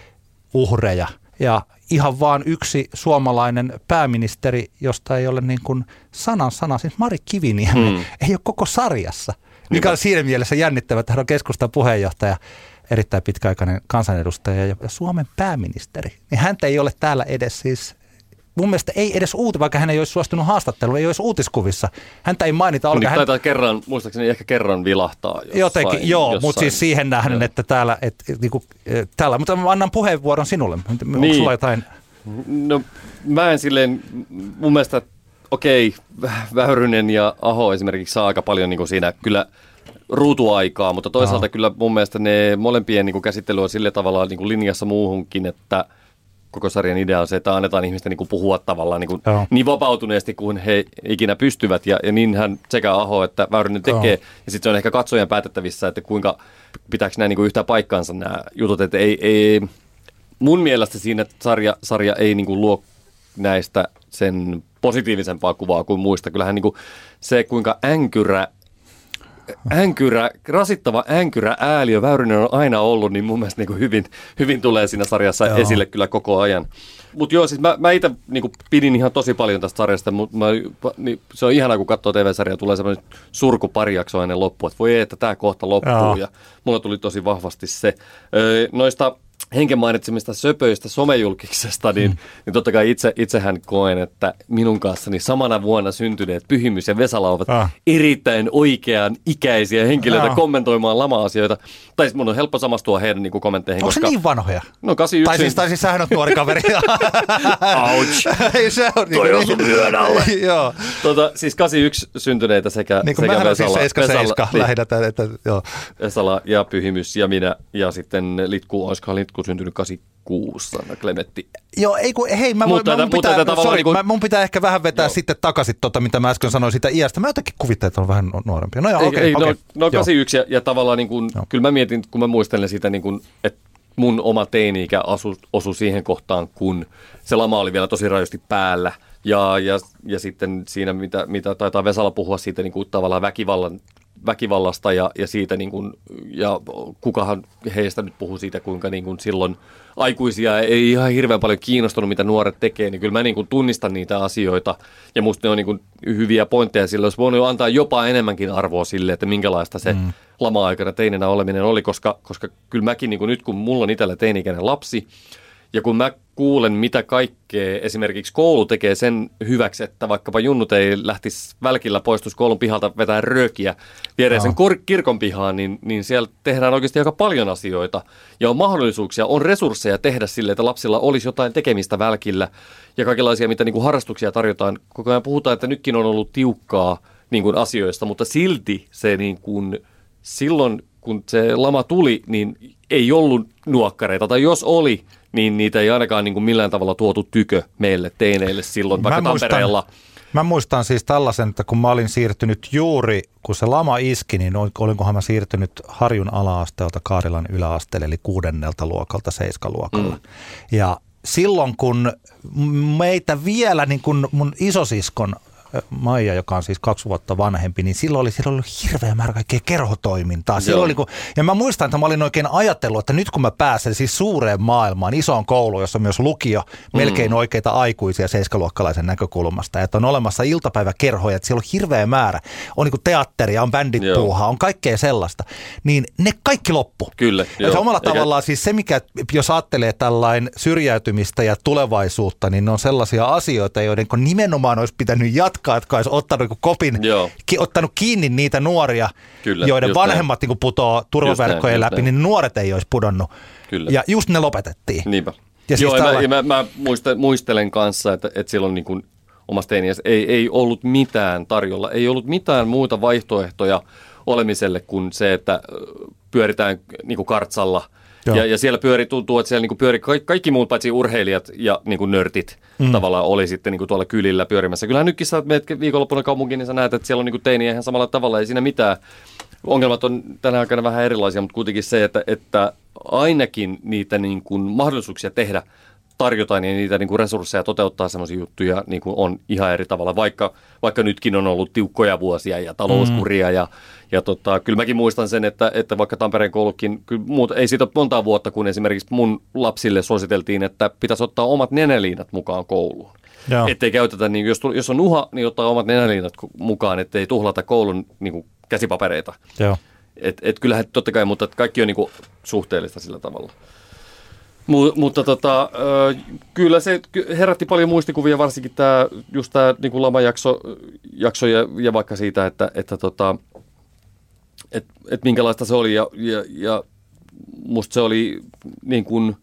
uhreja. Ja ihan vaan yksi suomalainen pääministeri, josta ei ole niin kuin sanan sana, siis Mari Kiviniemi, hmm. ei ole koko sarjassa. Mikä on siinä mielessä jännittävä, että hän on keskustan puheenjohtaja, erittäin pitkäaikainen kansanedustaja ja Suomen pääministeri. Niin häntä ei ole täällä edes siis, mun mielestä ei edes uuti, vaikka hän ei olisi suostunut haastatteluun, ei olisi uutiskuvissa. Häntä ei mainita. Niin hän... taitaa kerran, muistaakseni ehkä kerran vilahtaa jossain. Jotenkin, joo, mutta siis siihen nähden, joo. että täällä, et, niinku, täällä, mutta mä annan puheenvuoron sinulle. Onko niin. sulla jotain? No mä en silleen, mun mielestä, okei, Väyrynen ja Aho esimerkiksi saa aika paljon niin kuin siinä kyllä ruutuaikaa, mutta toisaalta Aha. kyllä mun mielestä ne molempien niin kuin käsittely on sillä tavalla niin kuin linjassa muuhunkin, että koko sarjan idea on se, että annetaan ihmisten niin kuin puhua tavallaan niin, kuin niin vapautuneesti kuin he ikinä pystyvät. Ja, ja niinhän sekä Aho että Väyrynen tekee. Joo. Ja sitten se on ehkä katsojan päätettävissä, että kuinka pitääkö nämä niin kuin yhtään paikkaansa nämä jutut. Että ei, ei, mun mielestä siinä sarja, sarja ei niin kuin luo näistä sen positiivisempaa kuvaa kuin muista. Kyllähän niin kuin se, kuinka änkyrä Änkyrä, rasittava änkyrä ääliö Väyrynen on aina ollut, niin mun mielestä niin kuin hyvin, hyvin tulee siinä sarjassa joo. esille kyllä koko ajan. Mutta joo, siis mä, mä itse niin pidin ihan tosi paljon tästä sarjasta, mutta mä, niin, se on ihanaa, kun katsoo T V-sarjaa, tulee semmoinen surku pari jaksoa ennen loppua, että voi ei, että tämä kohta loppuu, joo. ja mulla tuli tosi vahvasti se. Öö, noista Henken mainitsemista söpöistä somejulkiksesta, niin, mm. niin totta kai itse, itsehän koen, että minun kanssani samana vuonna syntyneet Pyhimys ja Vesala ovat ah. erittäin oikean ikäisiä henkilöitä ah. kommentoimaan lama-asioita. Tai siis mun on helppo samastua heidän niin kuin kommentteihin. Onko koska... se niin vanhoja? No kahdeksankymmentäyksi. Tai siis, tai siis sähän on nuori kaveri. Ouch. Ei se on. Toi on sun yön alle. Joo. Tota, siis kahdeksankymmentäyksi syntyneitä sekä, niin kuin sekä Vesala. Vesala, Siis Vesala niin, lähinnä, että, että, joo. Vesala ja Pyhimys ja minä ja sitten Litku, olisikohan Litku syntynyt kahdeksankymmentäkuusi, Sanna Klemetti. Joo, ei kun, hei, mä, mutta, mun, pitää, mutta sorry, niin kuin... mä, mun pitää ehkä vähän vetää joo. sitten takaisin tota, mitä mä äsken sanoin siitä iästä. Mä jotenkin kuvittelen, että on vähän nuorempia. No joo, okei. Okay, okay. No, no kahdeksankymmentäyksi ja, ja tavallaan niin kuin, kyllä mä mietin, kun mä muistelen sitä, niin kuin, että mun oma teini-ikä asu, osui siihen kohtaan, kun se lama oli vielä tosi rajusti päällä. Ja, ja, ja sitten siinä, mitä, mitä taitaa Vesala puhua siitä niin kuin tavallaan väkivallan, väkivallasta ja, ja siitä, niin kuin, ja kukahan heistä nyt puhuu siitä, kuinka niin kuin silloin aikuisia ei ihan hirveän paljon kiinnostunut, mitä nuoret tekee, niin kyllä mä niin kuin tunnistan niitä asioita ja musta ne on niin kuin hyviä pointteja sille. Olisi voinut antaa jopa enemmänkin arvoa sille, että minkälaista se mm. lama-aikana teinenä oleminen oli, koska, koska kyllä mäkin niin kuin nyt, kun mulla on itsellä teini-ikäinen lapsi, ja kun mä kuulen, mitä kaikkea esimerkiksi koulu tekee sen hyväksi, että vaikkapa junnut ei lähtisi välkillä poistus koulun pihalta vetää röökiä viereisen no. kor- kirkon pihaan, niin, niin siellä tehdään oikeasti aika paljon asioita. Ja on mahdollisuuksia, on resursseja tehdä sille, että lapsilla olisi jotain tekemistä välkillä. Ja kaikenlaisia, mitä niin kuin harrastuksia tarjotaan. Koko ajan puhutaan, että nytkin on ollut tiukkaa, niin kuin asioista, mutta silti se niin kuin, silloin, kun se lama tuli, niin ei ollut nuokkareita, tai jos oli, niin niitä ei ainakaan niin kuin millään tavalla tuotu tykö meille teineille silloin, vaikka mä muistan, Tampereella. Mä muistan siis tällaisen, että kun mä olin siirtynyt juuri, kun se lama iski, niin olinkohan mä siirtynyt Harjun ala-asteelta Kaarilan yläasteelle, eli kuudennelta luokalta seiskaluokalla. Mm. Ja silloin, kun meitä vielä, niin kun mun isosiskon Maija, joka on siis kaksi vuotta vanhempi, niin silloin oli, silloin oli hirveä määrä kaikkea kerhotoimintaa. Silloin oli, kun, ja mä muistan, että mä olin oikein ajatellut, että nyt kun mä pääsen siis suureen maailmaan, isoon kouluun, jossa on myös lukio, mm. melkein oikeita aikuisia seiskaluokkalaisen näkökulmasta, että on olemassa iltapäiväkerhoja, että siellä on hirveä määrä, on niin teatteria, on bändit puuhaa, on kaikkea sellaista, niin ne kaikki loppu. Kyllä. Ja se omalla Eikä... tavallaan siis se, mikä, jos ajattelee tällainen syrjäytymistä ja tulevaisuutta, niin ne on sellaisia asioita, joiden nimenomaan olisi pitänyt jatkaa, jotka olisi ottanut kopin, ki, ottanut kiinni niitä nuoria, Kyllä, joiden vanhemmat niin putoaa turvaverkkojen läpi, näin. Niin nuoret ei olisi pudonnut. Kyllä. Ja just ne lopetettiin. Niinpä. Ja Joo, siis ja tällä... mä, mä muistelen kanssa, että, että silloin niin kuin omassa teiniässä ei, ei ollut mitään tarjolla, ei ollut mitään muuta vaihtoehtoja olemiselle kuin se, että pyöritään niin kuin kartsalla. Ja, ja siellä pyöri, tuntuu, että siellä niinku pyöri kaikki, kaikki muut paitsi urheilijat ja niinku nörtit mm. tavallaan oli sitten niinku tuolla kylillä pyörimässä. Kyllähän nytkin sä menet viikonloppuna kaupunkiin, niin sä näet, että siellä on niinku teiniä ihan samalla tavalla, ei siinä mitään. Ongelmat on tänä aikana vähän erilaisia, mutta kuitenkin se, että, että ainakin niitä niinku mahdollisuuksia tehdä tarjotaan ja niitä niinku resursseja toteuttaa semmoisia juttuja niinku on ihan eri tavalla, vaikka, vaikka nytkin on ollut tiukkoja vuosia ja talouskuria mm. ja Ja tota, kyllä mäkin muistan sen, että, että vaikka Tampereen koulukin, kyllä muut, ei siitä ole montaa vuotta, kun esimerkiksi mun lapsille suositeltiin, että pitäisi ottaa omat nenäliinat mukaan kouluun. Että ei käytetä, niin jos, jos on nuha, niin ottaa omat nenäliinat mukaan, ettei tuhlata koulun niin kuin käsipapereita. Joo. Et, et kyllähän totta kai, mutta kaikki on niin kuin suhteellista sillä tavalla. Mu, mutta tota, kyllä se herätti paljon muistikuvia, varsinkin tämä, just tämä niin kuin lamajakso jakso ja, ja vaikka siitä, että, että tota, Että et minkälaista se oli ja, ja, ja musta se oli niin kuin,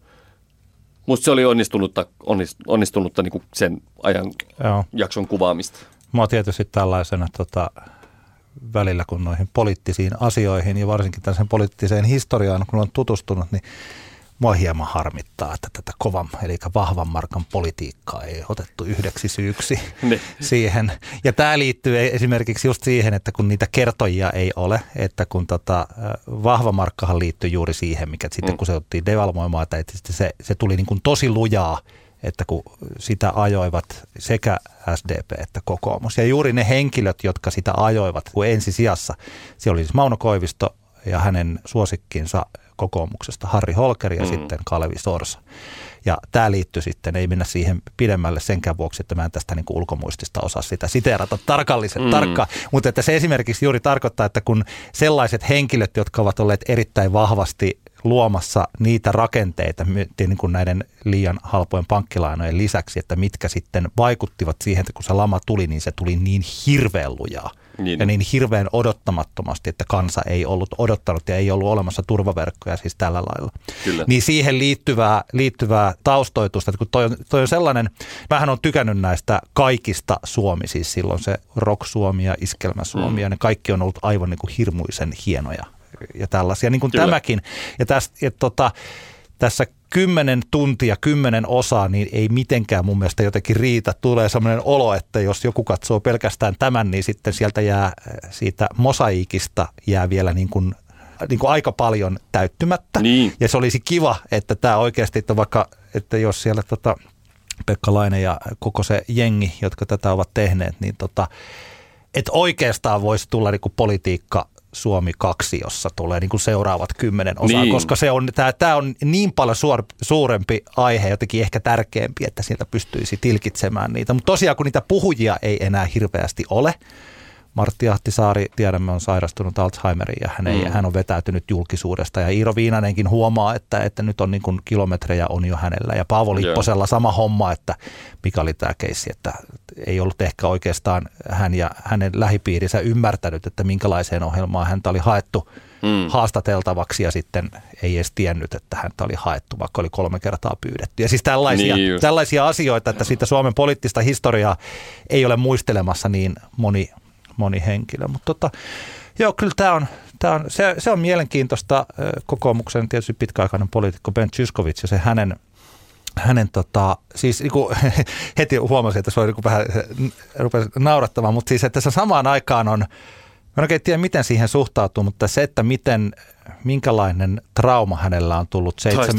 musta se oli onnistunutta, onnistunutta niin kuin sen ajan Joo. jakson kuvaamista. Mä oon tietysti tällaisena tota, välillä kun noihin poliittisiin asioihin ja varsinkin tällaisen poliittiseen historiaan, kun on tutustunut, niin mua hieman harmittaa, että tätä kovan, eli vahvan markan politiikkaa ei otettu yhdeksi syyksi siihen. Ja tämä liittyy esimerkiksi just siihen, että kun niitä kertojia ei ole, että kun tota, vahva markkahan liittyy juuri siihen, mikä sitten kun se otettiin devalvoimaan, että se, se tuli niin kuin tosi lujaa, että kun sitä ajoivat sekä S D P että kokoomus. Ja juuri ne henkilöt, jotka sitä ajoivat, kun ensisijassa, siellä oli siis Mauno Koivisto ja hänen suosikkinsa kokoomuksesta Harri Holkeri ja mm. sitten Kalevi Sorsa. Ja tämä liittyy sitten, ei mennä siihen pidemmälle senkään vuoksi, että mä en tästä niin kuin ulkomuistista osaa sitä siteerata tarkallisen mm. tarkkaan. Mutta että se esimerkiksi juuri tarkoittaa, että kun sellaiset henkilöt, jotka ovat olleet erittäin vahvasti luomassa niitä rakenteita niin kuin näiden liian halpojen pankkilainojen lisäksi, että mitkä sitten vaikuttivat siihen, että kun se lama tuli, niin se tuli niin hirveän lujaa. Niin. Ja niin hirveän odottamattomasti, että kansa ei ollut odottanut ja ei ollut olemassa turvaverkkoja siis tällä lailla. Kyllä. Niin siihen liittyvää, liittyvää taustoitusta, että kun toi on, toi on sellainen, mähän on tykännyt näistä kaikista Suomi, siis silloin se Rock-Suomi ja Iskelmä-Suomi mm. ja ne kaikki on ollut aivan niin kuin hirmuisen hienoja ja tällaisia, niin kuin Kyllä. tämäkin. Ja tästä, et tota, tässä kymmenen tuntia, kymmenen osaa, niin ei mitenkään mun mielestä jotenkin riitä. Tulee sellainen olo, että jos joku katsoo pelkästään tämän, niin sitten sieltä jää siitä mosaiikista jää vielä niin kuin, niin kuin aika paljon täyttymättä. Niin. Ja se olisi kiva, että tämä oikeasti, että vaikka, että jos siellä tota Pekka Laine ja koko se jengi, jotka tätä ovat tehneet, niin tota, että oikeastaan voisi tulla niin kuin politiikka Suomi kaksi, jossa tulee niin kuin seuraavat kymmenen osaa, niin. koska se on, tämä, tämä on niin paljon suor, suurempi aihe, jotenkin ehkä tärkeämpi, että sieltä pystyisi tilkitsemään niitä. Mutta tosiaan, kun niitä puhujia ei enää hirveästi ole, Martti Ahtisaari, tiedämme, on sairastunut Alzheimeriin ja hän, ei, mm. hän on vetäytynyt julkisuudesta. Ja Iiro Viinanenkin huomaa, että, että nyt on niin kuin kilometrejä on jo hänellä. Ja Paavo Lipposella sama homma, että mikä oli tämä keissi, että ei ollut ehkä oikeastaan hän ja hänen lähipiirinsä ymmärtänyt, että minkälaiseen ohjelmaan häntä oli haettu mm. haastateltavaksi ja sitten ei edes tiennyt, että häntä oli haettu, vaikka oli kolme kertaa pyydetty. Ja siis tällaisia, niin tällaisia asioita, että siitä Suomen poliittista historiaa ei ole muistelemassa niin moni moni henkilö. Mutta tota, joo, kyllä tämä on, tää on, se, se on mielenkiintoista. Kokoomuksen tietysti pitkäaikainen poliitikko Ben Zyskowicz ja se hänen, hänen tota, siis niin kuin, heti huomasin, että se oli niin vähän rupesi naurattamaan, mutta siis että se samaan aikaan on, mä en oikein tiedä miten siihen suhtautuu, mutta se, että miten, minkälainen trauma hänellä on tullut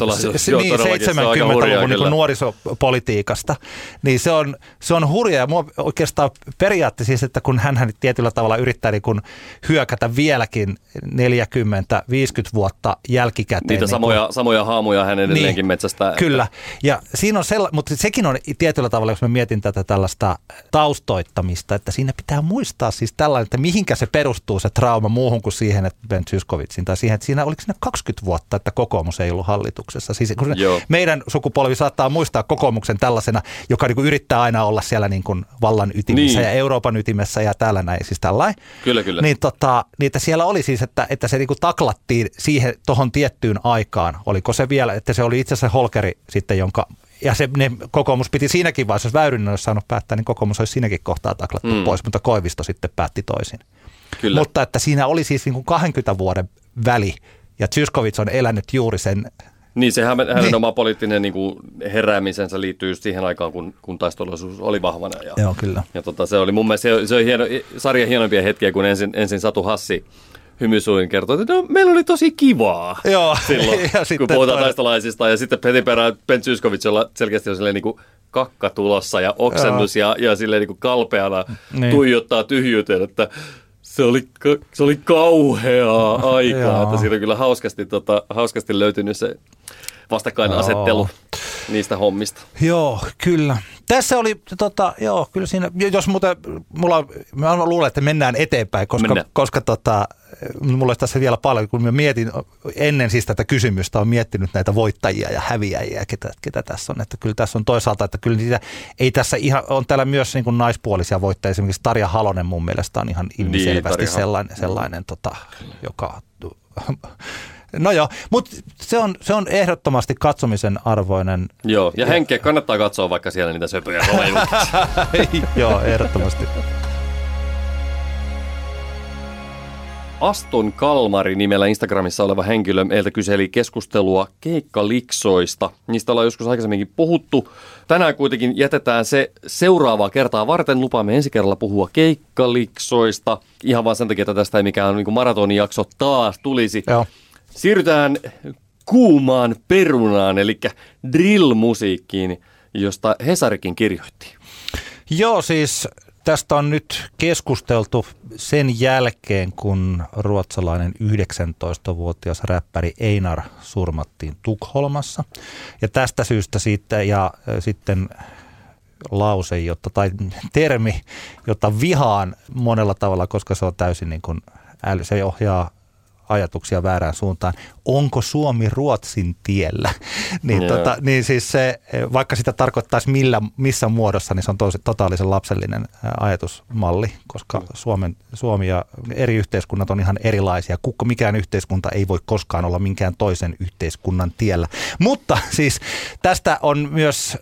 seitsemänkymmentäluvun niin nuorisopolitiikasta, niin se on, se on hurja. Ja mua oikeastaan periaatteessa siis, että kun hän tietyllä tavalla yrittää niin kuin hyökätä vieläkin neljäkymmentä viisikymmentä vuotta jälkikäteen. Niitä niin samoja, kun, samoja haamuja hän edelleenkin niin, metsästää. Kyllä, ja siinä on sella, mutta sekin on tietyllä tavalla, jos mä mietin tätä tällaista taustoittamista, että siinä pitää muistaa siis tällainen, että mihinkä se perustuu se trauma muuhun kuin siihen, että Ben Zyskowiczin tai siihen, että siinä oliko siinä kaksikymmentä vuotta, että kokoomus ei ollut hallituksessa. Siis kun meidän sukupolvi saattaa muistaa kokoomuksen tällaisena, joka niin kuin yrittää aina olla siellä niin kuin vallan ytimessä niin. ja Euroopan ytimessä ja täällä näin, siis tällainen. Kyllä, kyllä. Niin, tota, niin että siellä oli siis, että, että se niin kuin taklattiin siihen tuohon tiettyyn aikaan. Oliko se vielä, että se oli itse asiassa Holkeri sitten, jonka ja se, ne, kokoomus piti siinäkin vaiheessa, jos Väyrynen olisi saanut päättää, niin kokoomus olisi siinäkin kohtaa taklattu mm. pois, mutta Koivisto sitten päätti toisin. Kyllä. Mutta että siinä oli siis niin kuin kahdenkymmenen vuoden väli, ja Zyskowicz on elänyt juuri sen. Niin, se hänen niin. oma poliittinen niin kuin heräämisensä liittyy just siihen aikaan, kun, kun taistollisuus oli vahvana. Ja, Joo, kyllä. Ja tota, se oli mun mielestä se, se oli hieno, sarjan hienompia hetkiä, kun ensin, ensin Satu Hassi hymysuin kertoi, että no, meillä oli tosi kivaa Joo. silloin, ja kun puhutaan toi taistolaisista. Ja sitten heti perään Ben Zyskowicz, jolla selkeästi on silleen niin kuin kakka tulossa ja oksennus ja, ja silleen niin kuin kalpeana niin. tuijottaa tyhjyyteen, että se oli, se oli kauheaa aikaa, että siitä on kyllä hauskasti, tota, hauskasti löytynyt se vastakkainasettelu joo. niistä hommista. Joo, kyllä. Tässä oli, tota, joo, kyllä siinä, jos muuten, mulla, mä luulen, että mennään eteenpäin, koska, mennään. koska tota, mulla olisi tässä vielä paljon, kun mä mietin ennen siis tätä kysymystä, olen miettinyt näitä voittajia ja häviäjiä, ketä, ketä tässä on. Että kyllä tässä on toisaalta, että kyllä niitä, ei tässä ihan, on täällä myös niin kuin naispuolisia voittajia, esimerkiksi Tarja Halonen mun mielestä on ihan ilmiselvästi niin, sellainen, sellainen tota, joka... No joo, mutta se on, se on ehdottomasti katsomisen arvoinen. Joo, ja Henke, kannattaa katsoa vaikka siellä niitä söpöjä somejulkisia. Joo, ehdottomasti. Aston Kalmari nimellä Instagramissa oleva henkilö meiltä kyseli keskustelua keikkaliksoista. Niistä ollaan joskus aikaisemminkin puhuttu. Tänään kuitenkin jätetään se seuraavaa kertaa varten. Lupaamme ensi kerralla puhua keikkaliksoista. Ihan vaan sen takia, että tästä ei mikään niin kuin maratonijakso taas tulisi. Joo. Siirrytään kuumaan perunaan, eli drill-musiikkiin, josta Hesarikin kirjoitti. Joo, siis tästä on nyt keskusteltu sen jälkeen, kun ruotsalainen yhdeksäntoistavuotias räppäri Einar surmattiin Tukholmassa. Ja tästä syystä siitä ja sitten lause, jotta, tai termi, jota vihaan monella tavalla, koska se on täysin niin kuin äly, se ohjaa ajatuksia väärään suuntaan. Onko Suomi Ruotsin tiellä? niin, tota, niin siis se, vaikka sitä tarkoittaisi millä, missä muodossa, niin se on tosi, totaalisen lapsellinen ajatusmalli, koska Suomen, Suomi ja eri yhteiskunnat on ihan erilaisia. Kukko, mikään yhteiskunta ei voi koskaan olla minkään toisen yhteiskunnan tiellä. Mutta siis tästä on myös...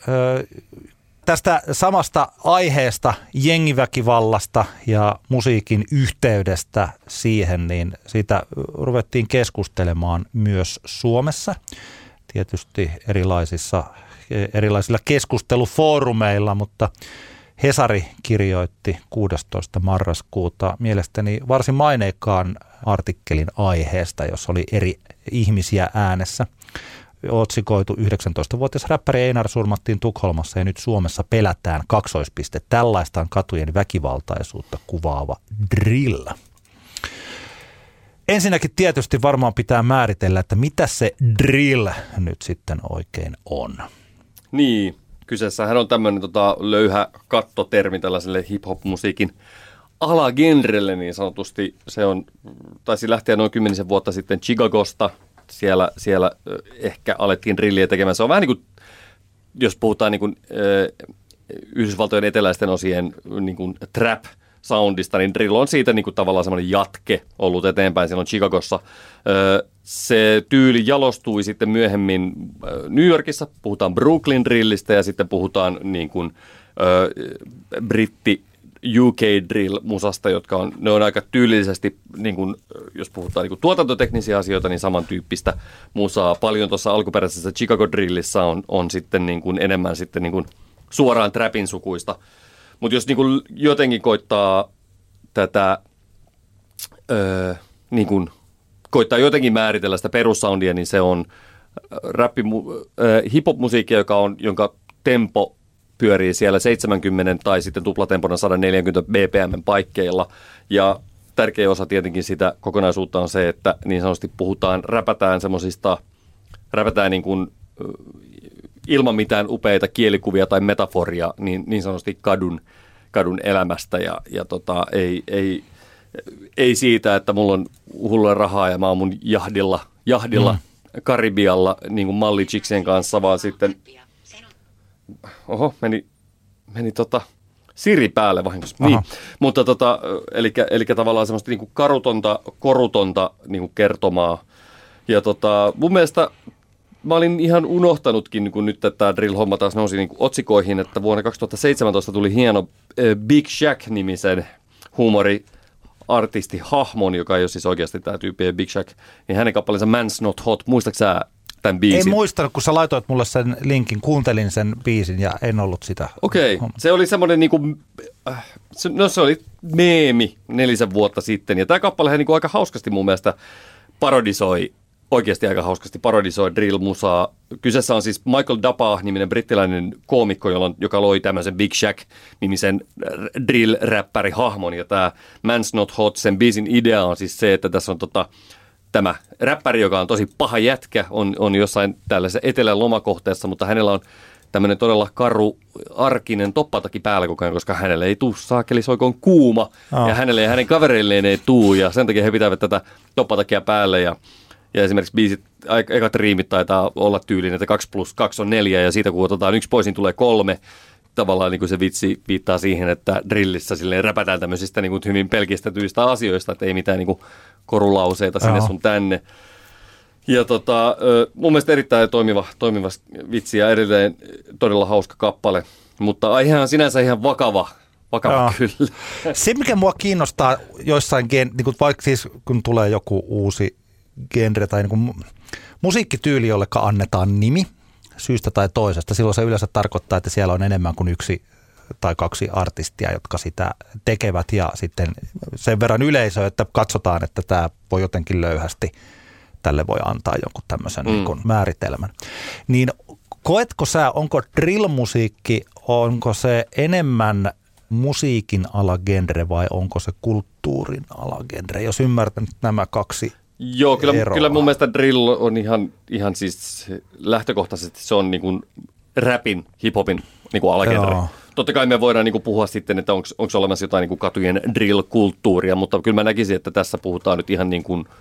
Tästä samasta aiheesta, jengiväkivallasta ja musiikin yhteydestä siihen, niin siitä ruvettiin keskustelemaan myös Suomessa. Tietysti erilaisissa, erilaisilla keskustelufoorumeilla, mutta Hesari kirjoitti kuudestoista marraskuuta mielestäni varsin maineikkaan artikkelin aiheesta, jossa oli eri ihmisiä äänessä. Otsikoitu yhdeksäntoistavuotias räppäri Einar surmattiin Tukholmassa ja nyt Suomessa pelätään kaksoispiste. Tällaista on katujen väkivaltaisuutta kuvaava drill. Ensinnäkin tietysti varmaan pitää määritellä, että mitä se drill nyt sitten oikein on. Niin, kyseessähän on tämmöinen tota, löyhä kattotermi tällaiselle hip-hop-musiikin alagenrelle niin sanotusti. Se on, taisi lähteä noin kymmenisen vuotta sitten Chicagosta. Siellä, siellä ehkä alettiin drilliä tekemään. Se on vähän niin kuin, jos puhutaan niin kuin, äh, Yhdysvaltojen eteläisten osien niin kuin trap-soundista, niin drill on siitä niin kuin tavallaan semmoinen jatke ollut eteenpäin silloin Chicagossa. Äh, se tyyli jalostui sitten myöhemmin äh, New Yorkissa, puhutaan Brooklyn drillistä ja sitten puhutaan niin kuin, äh, britti U K drill-musasta, jotka on, ne on aika tyylisesti, niin kuin, jos puhutaan niin kuin tuotantoteknisiä asioita, niin samantyyppistä musaa. Paljon tuossa alkuperäisessä Chicago drillissä on, on sitten niin kuin enemmän sitten niin kuin suoraan trapin sukuista. Mutta jos niin kuin jotenkin koittaa tätä, öö, niin kuin, koittaa jotenkin määritellä sitä perussoundia, niin se on rappi, öö, hip-hop-musiikkia, joka on, jonka tempo pyörii siellä seitsemänkymmentä tai sitten tuplatempona sata neljäkymmentä B P M paikkeilla. Ja tärkeä osa tietenkin sitä kokonaisuutta on se, että niin sanotusti puhutaan, räpätään semmoisista, räpätään niin kuin ilman mitään upeita kielikuvia tai metaforia, niin, niin sanotusti kadun, kadun elämästä ja, ja tota, ei, ei, ei siitä, että mulla on hullua rahaa ja mä oon mun jahdilla, jahdilla mm. Karibialla niin kuin mallichiksien kanssa, vaan sitten Oho, meni, meni tota Siri päälle vahingossa. Niin. Mutta tota, eli, eli tavallaan semmoista niinku karutonta, korutonta niinku kertomaa. Ja tota, mun mielestä mä olin ihan unohtanutkin, kun nyt tämä drill-homma taas nousi niinku otsikoihin, että vuonna kaksituhattaseitsemäntoista tuli hieno äh, Big Shaq-nimisen huumoriartisti hahmon, joka ei ole siis oikeasti tämä tyyppi Big Shaq, niin hänen kappaleensa Man's Not Hot. Muistatko sä tämän biisin? En muistanut, kun sä laitoit mulle sen linkin, kuuntelin sen biisin ja en ollut sitä. Okei, okay. Se oli semmoinen niinku, äh, se, no se oli meemi nelisen vuotta sitten ja tämä kappale niinku aika hauskasti mun mielestä parodisoi, oikeasti aika hauskasti parodisoi drill-musaa. Kyseessä on siis Michael Dapah-niminen brittiläinen koomikko, jolla, joka loi tämmöisen Big Shaq-nimisen drill-räppäri-hahmon ja tämä Man's Not Hot, sen biisin idea on siis se, että tässä on tota tämä räppäri, joka on tosi paha jätkä, on, on jossain tällaisessa etelän lomakohteessa, mutta hänellä on tämmöinen todella karu, arkinen toppataki päällä koko ajan, koska hänelle ei tuu saakeli soikoon kuuma, oh. ja hänelle ja hänen kavereilleen ei tuu, ja sen takia he pitävät tätä toppatakia päälle, ja, ja esimerkiksi biisit, ekat riimit taitaa olla tyylinen, että kaksi plus kaksi on neljä, ja siitä kun otetaan yksi pois, niin tulee kolme. Tavallaan niin kuin se vitsi viittaa siihen, että drillissä silleen räpätään tämmöisistä niin kuin hyvin pelkistetyistä asioista, että ei mitään niin kuin korulauseita sinne Joo. sun tänne. Ja tota, mun mielestä erittäin toimiva, toimiva vitsi ja edelleen todella hauska kappale, mutta aihehan sinänsä ihan vakava, vakava Joo. kyllä. Se, mikä mua kiinnostaa joissain, gen, niin kuin vaikka siis kun tulee joku uusi genre tai niin kuin musiikkityyli, jolle annetaan nimi, syystä tai toisesta. Silloin se yleensä tarkoittaa, että siellä on enemmän kuin yksi tai kaksi artistia, jotka sitä tekevät ja sitten sen verran yleisö, että katsotaan, että tämä voi jotenkin löyhästi, tälle voi antaa jonkun tämmöisen mm. niin kuin määritelmän. Niin koetko sä, onko drill-musiikki, onko se enemmän musiikin alagenre vai onko se kulttuurin alagenre, jos ymmärtän nämä kaksi Joo, kyllä, kyllä mun mielestä drill on ihan, ihan siis lähtökohtaisesti se on niin kuin rapin, hiphopin niin kuin alagenre. Joo. Totta kai me voidaan niin kuin puhua sitten, että onko olemassa jotain niin kuin katujen drill-kulttuuria, mutta kyllä mä näkisin, että tässä puhutaan nyt ihan niin kuin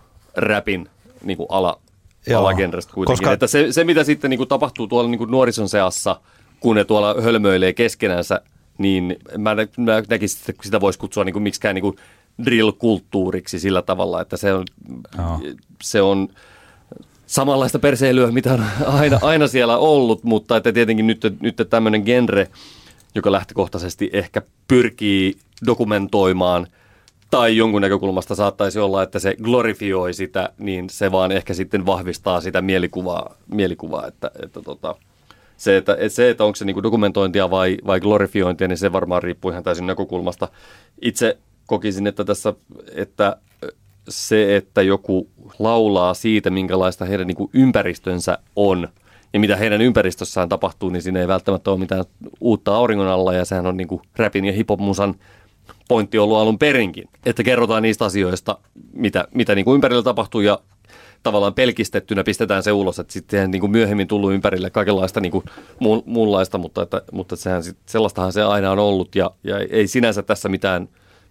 rapin niin kuin ala, alagenrestä kuitenkin. Koska että se, se, mitä sitten niin kuin tapahtuu tuolla niin kuin nuorison seassa, kun ne tuolla hölmöilee keskenänsä, niin mä, nä, mä näkisin, että sitä voisi kutsua niin kuin miksikään niin kuin drill-kulttuuriksi sillä tavalla, että se on, oh. se on samanlaista perseilyä, mitä on aina, aina siellä ollut, mutta että tietenkin nyt, nyt tämmöinen genre, joka lähtökohtaisesti ehkä pyrkii dokumentoimaan tai jonkun näkökulmasta saattaisi olla, että se glorifioi sitä, niin se vaan ehkä sitten vahvistaa sitä mielikuvaa, mielikuvaa että, että tota, se, että, että se, että onko se niinku dokumentointia vai, vai glorifiointia, niin se varmaan riippuu ihan täysin näkökulmasta. Itse kokisin, että tässä, että se, että joku laulaa siitä, minkälaista heidän niin kuin ympäristönsä on ja mitä heidän ympäristössään tapahtuu, niin siinä ei välttämättä ole mitään uutta auringon alla ja sehän on niin kuin rapin ja hip-hop-musan pointti ollut alun perinkin. Että kerrotaan niistä asioista, mitä, mitä niin kuin ympärillä tapahtuu ja tavallaan pelkistettynä pistetään se ulos, että sitten niin kuin myöhemmin tullut ympärille kaikenlaista niin kuin mu- muunlaista, mutta, että, mutta sehän, sellaistahan se aina on ollut ja, ja ei sinänsä tässä mitään.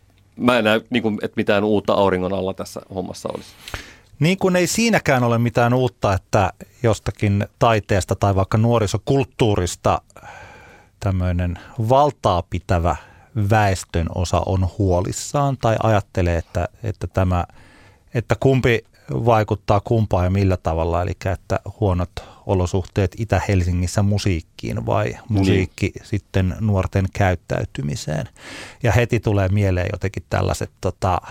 Mä en näe, niin kuin, että mitään uutta auringon alla tässä hommassa olisi. Niin kuin ei siinäkään ole mitään uutta, että jostakin taiteesta tai vaikka nuorisokulttuurista tämmöinen valtaa pitävä väestön osa on huolissaan tai ajattelee, että, että, tämä, että kumpi vaikuttaa kumpaan ja millä tavalla, eli että huonot, olosuhteet Itä-Helsingissä musiikkiin vai musiikki niin. sitten nuorten käyttäytymiseen. Ja heti tulee mieleen jotenkin tällaiset tota,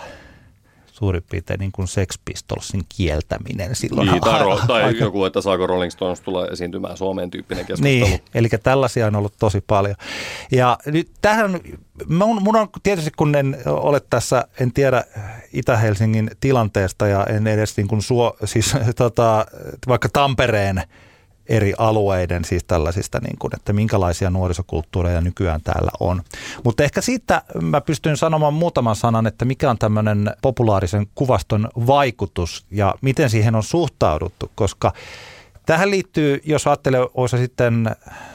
suurin piirtein niin kuin Sex Pistolsin kieltäminen silloin. Niin, tai, ro- tai joku, että saako Rolling Stones tulla esiintymään Suomeen tyyppinen keskustelu. Niin, eli tällaisia on ollut tosi paljon. Ja nyt tähän, mun, mun on tietysti kun en ole tässä, en tiedä Itä-Helsingin tilanteesta ja en edes niin kuin suo, siis tota, vaikka Tampereen eri alueiden, siis tällaisista, niin kuin, että minkälaisia nuorisokulttuureja nykyään täällä on. Mutta ehkä siitä mä pystyn sanomaan muutaman sanan, että mikä on tämmöinen populaarisen kuvaston vaikutus ja miten siihen on suhtauduttu, koska tähän liittyy, jos ajattelee, olisi sitten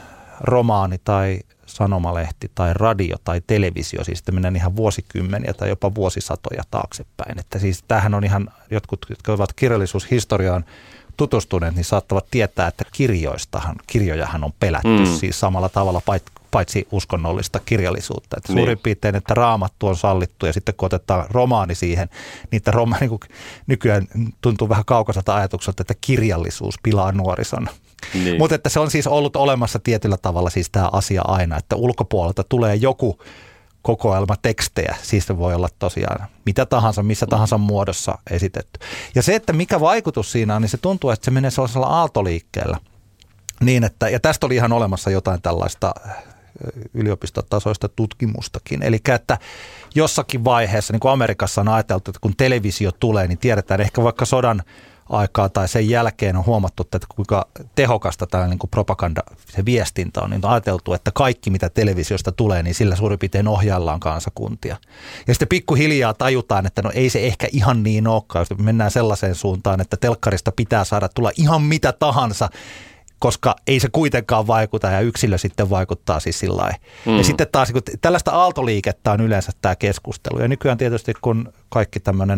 romaani tai sanomalehti tai radio tai televisio, siis sitten mennään ihan vuosikymmeniä tai jopa vuosisatoja taaksepäin. Että siis tämähän on ihan, jotkut, jotka ovat kirjallisuushistoriaan tutustuneet, niin saattavat tietää, että kirjoistahan, kirjojahan on pelätty mm. siis samalla tavalla paitsi uskonnollista kirjallisuutta. Että niin. Suurin piirtein, että Raamattu on sallittu ja sitten kun otetaan romaani siihen, niin että roma, niin kuin nykyään tuntuu vähän kaukaiselta ajatukselta, että kirjallisuus pilaa nuorison. Niin. Mutta että se on siis ollut olemassa tietyllä tavalla siis tämä asia aina, että ulkopuolelta tulee joku kokoelma tekstejä, siis se voi olla tosiaan mitä tahansa, missä tahansa muodossa esitetty. Ja se, että mikä vaikutus siinä on, niin se tuntuu, että se menee sellaisella aaltoliikkeellä. Niin, että, ja tästä oli ihan olemassa jotain tällaista yliopistotasoista tutkimustakin. Eli että jossakin vaiheessa, niin kuin Amerikassa on ajateltu, että kun televisio tulee, niin tiedetään ehkä vaikka sodan aikaa tai sen jälkeen on huomattu, että kuinka tehokasta tämä niin kuin propaganda, se viestintä on, niin on ajateltu, että kaikki mitä televisiosta tulee, niin sillä suurin piirtein ohjaillaan kansakuntia. Ja sitten pikkuhiljaa tajutaan, että no ei se ehkä ihan niin olekaan, jos mennään sellaiseen suuntaan, että telkkarista pitää saada tulla ihan mitä tahansa, koska ei se kuitenkaan vaikuta ja yksilö sitten vaikuttaa siis sillä lailla. Mm. Ja sitten taas kun tällaista aaltoliikettä on yleensä tämä keskustelu ja nykyään tietysti kun kaikki tämmöinen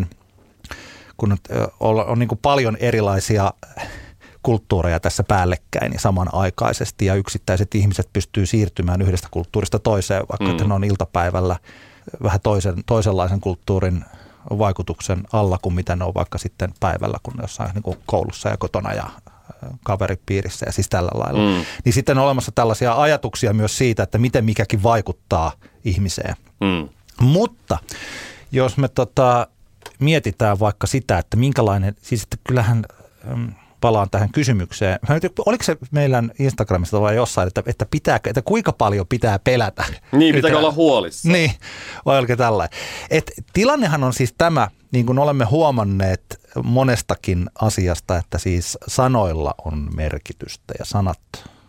kun on, on niin kuin paljon erilaisia kulttuureja tässä päällekkäin ja samanaikaisesti ja yksittäiset ihmiset pystyy siirtymään yhdestä kulttuurista toiseen, vaikka mm. että ne on iltapäivällä vähän toisen, toisenlaisen kulttuurin vaikutuksen alla kuin mitä ne on vaikka sitten päivällä, kun ne jossain niin kuin koulussa ja kotona ja kaveripiirissä ja siis tällä lailla. Mm. Niin sitten on olemassa tällaisia ajatuksia myös siitä, että miten mikäkin vaikuttaa ihmiseen. Mm. Mutta jos me tota mietitään vaikka sitä, että minkälainen, siis että kyllähän äm, palaan tähän kysymykseen. Oliko se meidän Instagramissa vai jossain, että, että, pitää, että kuinka paljon pitää pelätä? Niin, pitääkö olla huolissa? Niin, vai oliko tällainen? Et tilannehan on siis tämä, niin kuin olemme huomanneet monestakin asiasta, että siis sanoilla on merkitystä ja sanat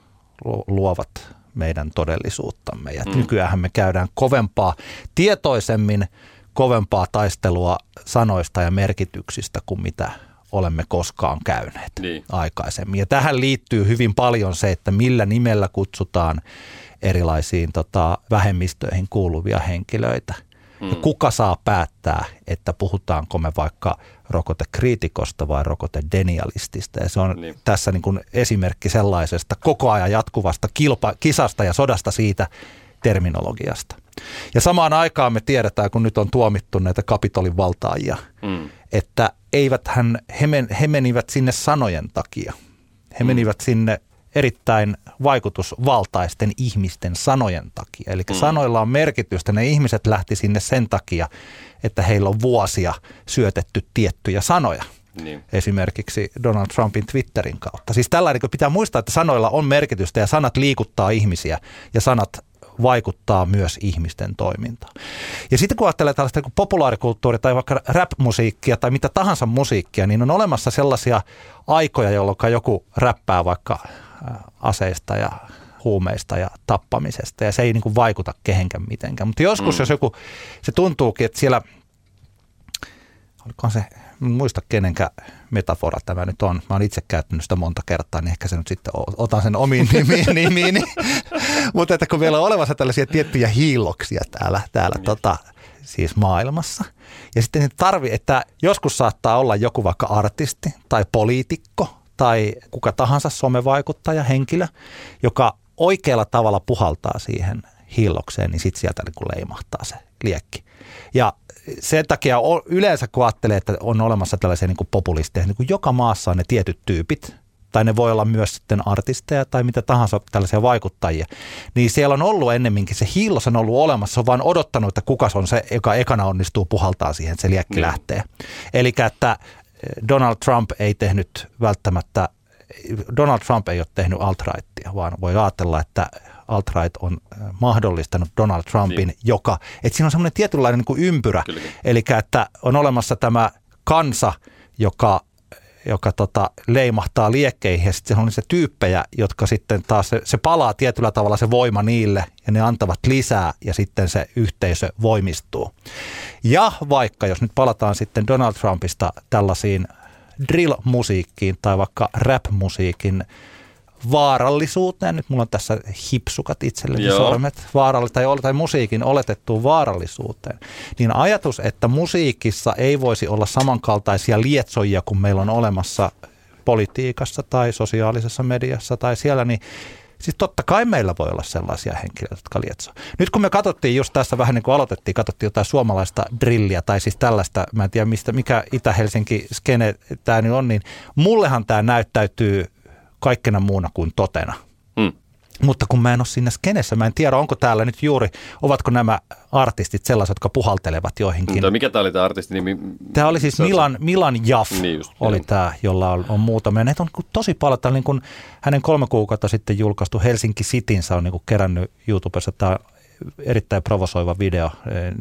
luovat meidän todellisuuttamme. Ja mm. nykyäänhän me käydään kovempaa, tietoisemmin kovempaa taistelua sanoista ja merkityksistä kuin mitä olemme koskaan käyneet niin. aikaisemmin. Ja tähän liittyy hyvin paljon se, että millä nimellä kutsutaan erilaisiin tota, vähemmistöihin kuuluvia henkilöitä. Mm. Ja kuka saa päättää, että puhutaanko me vaikka rokotekriitikosta vai rokotedenialistista. Ja se on niin. tässä niin kuin esimerkki sellaisesta koko ajan jatkuvasta kilpa, kisasta ja sodasta siitä terminologiasta. Ja samaan aikaan me tiedetään, kun nyt on tuomittu näitä Kapitolin valtaajia, mm. että eivät hän, he, men, he menivät sinne sanojen takia. He mm. menivät sinne erittäin vaikutusvaltaisten ihmisten sanojen takia. Eli mm. sanoilla on merkitystä. Ne ihmiset lähti sinne sen takia, että heillä on vuosia syötetty tiettyjä sanoja. Niin. Esimerkiksi Donald Trumpin Twitterin kautta. Siis tällainen, kun pitää muistaa, että sanoilla on merkitystä ja sanat liikuttaa ihmisiä ja sanat vaikuttaa myös ihmisten toimintaan. Ja sitten kun ajattelee tällaista niin populaarikulttuuria tai vaikka rap-musiikkia tai mitä tahansa musiikkia, niin on olemassa sellaisia aikoja, jolloin joku räppää vaikka aseista ja huumeista ja tappamisesta ja se ei niin kuin vaikuta kehenkään mitenkään. Mutta joskus, mm. jos joku, se tuntuukin, että siellä, olikohan se, en muista kenenkä metafora tämä nyt on. Mä oon itse käyttänyt sitä monta kertaa, niin ehkä se nyt sitten otan sen omiin nimiin. nimiin. Mutta että kun vielä on olemassa tällaisia tiettyjä hiilloksia täällä, täällä tota, siis maailmassa. Ja sitten tarvii, että joskus saattaa olla joku vaikka artisti tai poliitikko tai kuka tahansa somevaikuttaja, henkilö, joka oikealla tavalla puhaltaa siihen hiillokseen, niin sitten sieltä niin kuin leimahtaa se liekki. Ja sen takia yleensä kun ajattelee, että on olemassa tällaisia niin kuin populisteja, niin kuin joka maassa on ne tietyt tyypit, tai ne voi olla myös sitten artisteja tai mitä tahansa tällaisia vaikuttajia, niin siellä on ollut ennemminkin se hiillos on ollut olemassa, se on vaan odottanut, että kuka on se, joka ekana onnistuu puhaltaa siihen, että se liekki mm. lähtee. Eli että Donald Trump ei tehnyt välttämättä, Donald Trump ei ole tehnyt alt-rightia, vaan voi ajatella, että alt-right on mahdollistanut Donald Trumpin, niin. joka, että siinä on semmoinen tietynlainen niin kuin ympyrä, Kylläkin. Eli että on olemassa tämä kansa, joka, joka tota, leimahtaa liekkeihin ja sitten on niitä tyyppejä, jotka sitten taas, se, se palaa tietyllä tavalla se voima niille ja ne antavat lisää ja sitten se yhteisö voimistuu. Ja vaikka, jos nyt palataan sitten Donald Trumpista tällaisiin drill-musiikkiin tai vaikka rap-musiikin vaarallisuuteen, nyt mulla on tässä hipsukat itselleni sormet, vaaralli, tai, tai musiikin oletettuun vaarallisuuteen, niin ajatus, että musiikissa ei voisi olla samankaltaisia lietsojia kuin meillä on olemassa politiikassa tai sosiaalisessa mediassa tai siellä, niin siis totta kai meillä voi olla sellaisia henkilöitä, jotka lietsoo. Nyt kun me katsottiin just tässä vähän niin kuin aloitettiin, katsottiin jotain suomalaista drilliä tai siis tällaista, mä en tiedä mistä, mikä Itä-Helsinki skene tämä nyt on, niin mullehan tämä näyttäytyy kaikkena muuna kuin totena. Hmm. Mutta kun mä en ole siinä skenessä, mä en tiedä, onko täällä nyt juuri, ovatko nämä artistit sellaiset, jotka puhaltelevat joihinkin. Mutta mikä tämä oli tämä artisti nimi? Tämä oli siis Milan, Milan Jaff, niin just, oli joo. Tämä, jolla on, on muutamia. Näitä on tosi paljon. Tämä on niin kuin hänen kolme kuukautta sitten julkaistu Helsinki Citynsä on niin kuin kerännyt YouTubessa. Tämä erittäin provosoiva video,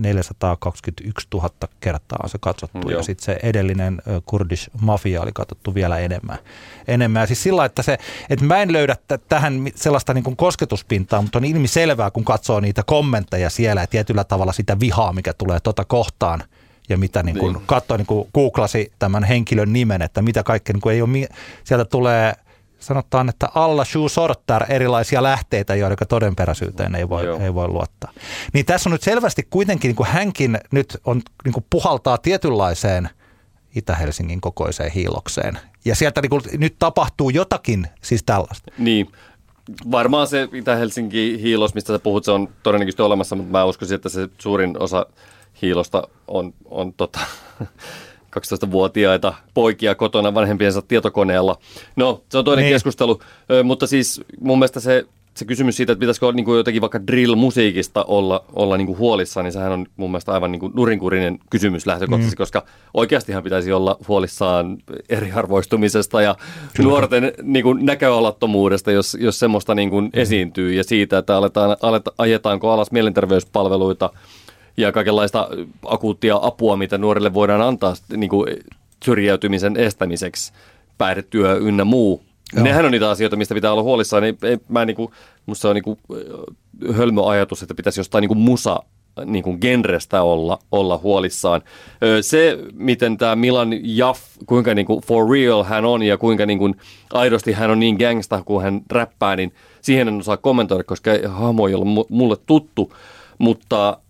neljäsataakaksikymmentäyksituhatta kertaa on se katsottu mm, ja sitten se edellinen Kurdish Mafia oli katsottu vielä enemmän. enemmän. Siis sillä, että, se, että mä en löydä t- tähän sellaista niin kuin kosketuspintaa, mutta on ilmiselvää, kun katsoo niitä kommentteja siellä ja tietyllä tavalla sitä vihaa, mikä tulee tota kohtaan ja mitä niin kuin, niin. katsoo, niin kuin googlasi tämän henkilön nimen, että mitä kaikkea niin kuin ei ole, sieltä tulee sanotaan, että alla shoe sortar erilaisia lähteitä, joiden todenperäisyyteen ei voi, ei voi luottaa. Niin tässä on nyt selvästi kuitenkin, niin kuin hänkin nyt on, niin kuin puhaltaa tietynlaiseen Itä-Helsingin kokoiseen hiilokseen. Ja sieltä niin kuin, nyt tapahtuu jotakin siis tällaista. Niin, varmaan se Itä-Helsinki hiilos, mistä sä puhut, se on todennäköisesti olemassa, mutta mä uskoisin, että se suurin osa hiilosta on, on tota... kaksitoistavuotiaita poikia kotona vanhempiensa tietokoneella. No, se on toinen niin. keskustelu, Ö, mutta siis mun mielestä se, se kysymys siitä, että pitäisikö niin kuin jotenkin vaikka drill-musiikista olla, olla niin kuin huolissaan, niin sehän on mun mielestä aivan niin kuin nurinkurinen kysymys lähtökohtaisesti, mm. koska oikeastihan pitäisi olla huolissaan eriarvoistumisesta ja Kyllä. nuorten niin kuin näköalattomuudesta, jos, jos semmoista niin kuin mm. esiintyy, ja siitä, että aletaan, aleta, ajetaanko alas mielenterveyspalveluita, ja kaikenlaista akuuttia apua, mitä nuorille voidaan antaa niin kuin syrjäytymisen estämiseksi, päihdetyö ynnä muu. Joo. Nehän on niitä asioita, mistä pitää olla huolissaan. Ei, ei, mä niin kuin, musta se on niin kuin hölmöajatus, että pitäisi jostain niin kuin musa niin kuin genrestä olla, olla huolissaan. Se, miten tämä Milan Jaff, kuinka niin kuin for real hän on ja kuinka niin kuin aidosti hän on niin gangsta, kun hän räppää, niin siihen en osaa kommentoida, koska hahmo ei ole mulle tuttu, mutta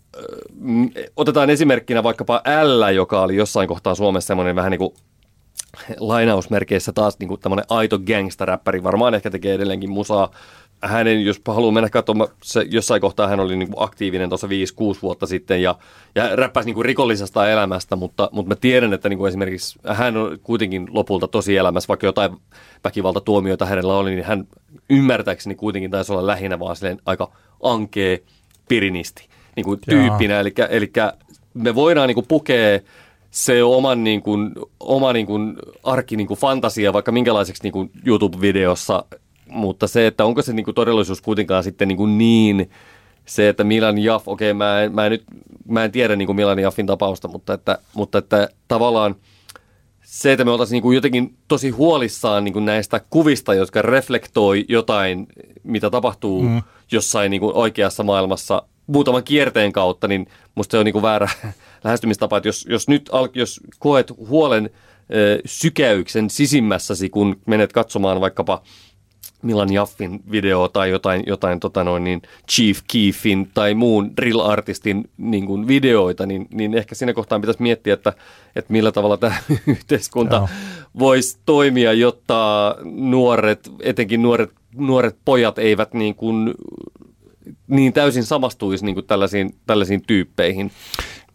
otetaan esimerkkinä vaikkapa L, joka oli jossain kohtaa Suomessa semmoinen vähän niin kuin lainausmerkeissä taas niin kuin tämmöinen aito gangsta-räppäri. Varmaan ehkä tekee edelleenkin musaa. Hänen, jos haluaa mennä katsomaan, se, jossain kohtaa hän oli niin kuin aktiivinen tuossa viisi kuusi vuotta sitten ja, ja räppäsi niin kuin rikollisesta elämästä, mutta, mutta mä tiedän, että niin kuin esimerkiksi hän on kuitenkin lopulta tosi elämässä, vaikka jotain väkivaltatuomioita hänellä oli, niin hän ymmärtääkseni kuitenkin taisi olla lähinnä vaan silleen aika ankea pirinisti. Niin kuin tyyppinä, eli, eli me voidaan niin kuin pukea se oman niin kuin, oma niin kuin arki niin kuin fantasia vaikka minkälaiseksi niin kuin YouTube-videossa, mutta se, että onko se niin kuin todellisuus kuitenkaan sitten niin, kuin niin se, että Milan Jaff, okei okay, mä, mä, mä en tiedä niin kuin Milan Jaffin tapausta, mutta että, mutta että tavallaan se, että me oltaisiin niin kuin jotenkin tosi huolissaan niin kuin näistä kuvista, jotka reflektoi jotain, mitä tapahtuu mm. jossain niin kuin oikeassa maailmassa, muutaman kierteen kautta, niin musta se on niinku väärä lähestymistapa, että jos, jos nyt al- jos koet huolen ö, sykäyksen sisimmässäsi, kun menet katsomaan vaikkapa Milan Jaffin videoa tai jotain, jotain tota noin, niin Chief Keefin tai muun drill-artistin niin kuin videoita, niin, niin ehkä siinä kohtaan pitäisi miettiä, että, että millä tavalla tämä yhteiskunta Joo. voisi toimia, jotta nuoret, etenkin nuoret, nuoret pojat eivät niin kuin niin täysin samastuisi niin kuin tällaisiin, tällaisiin tyyppeihin.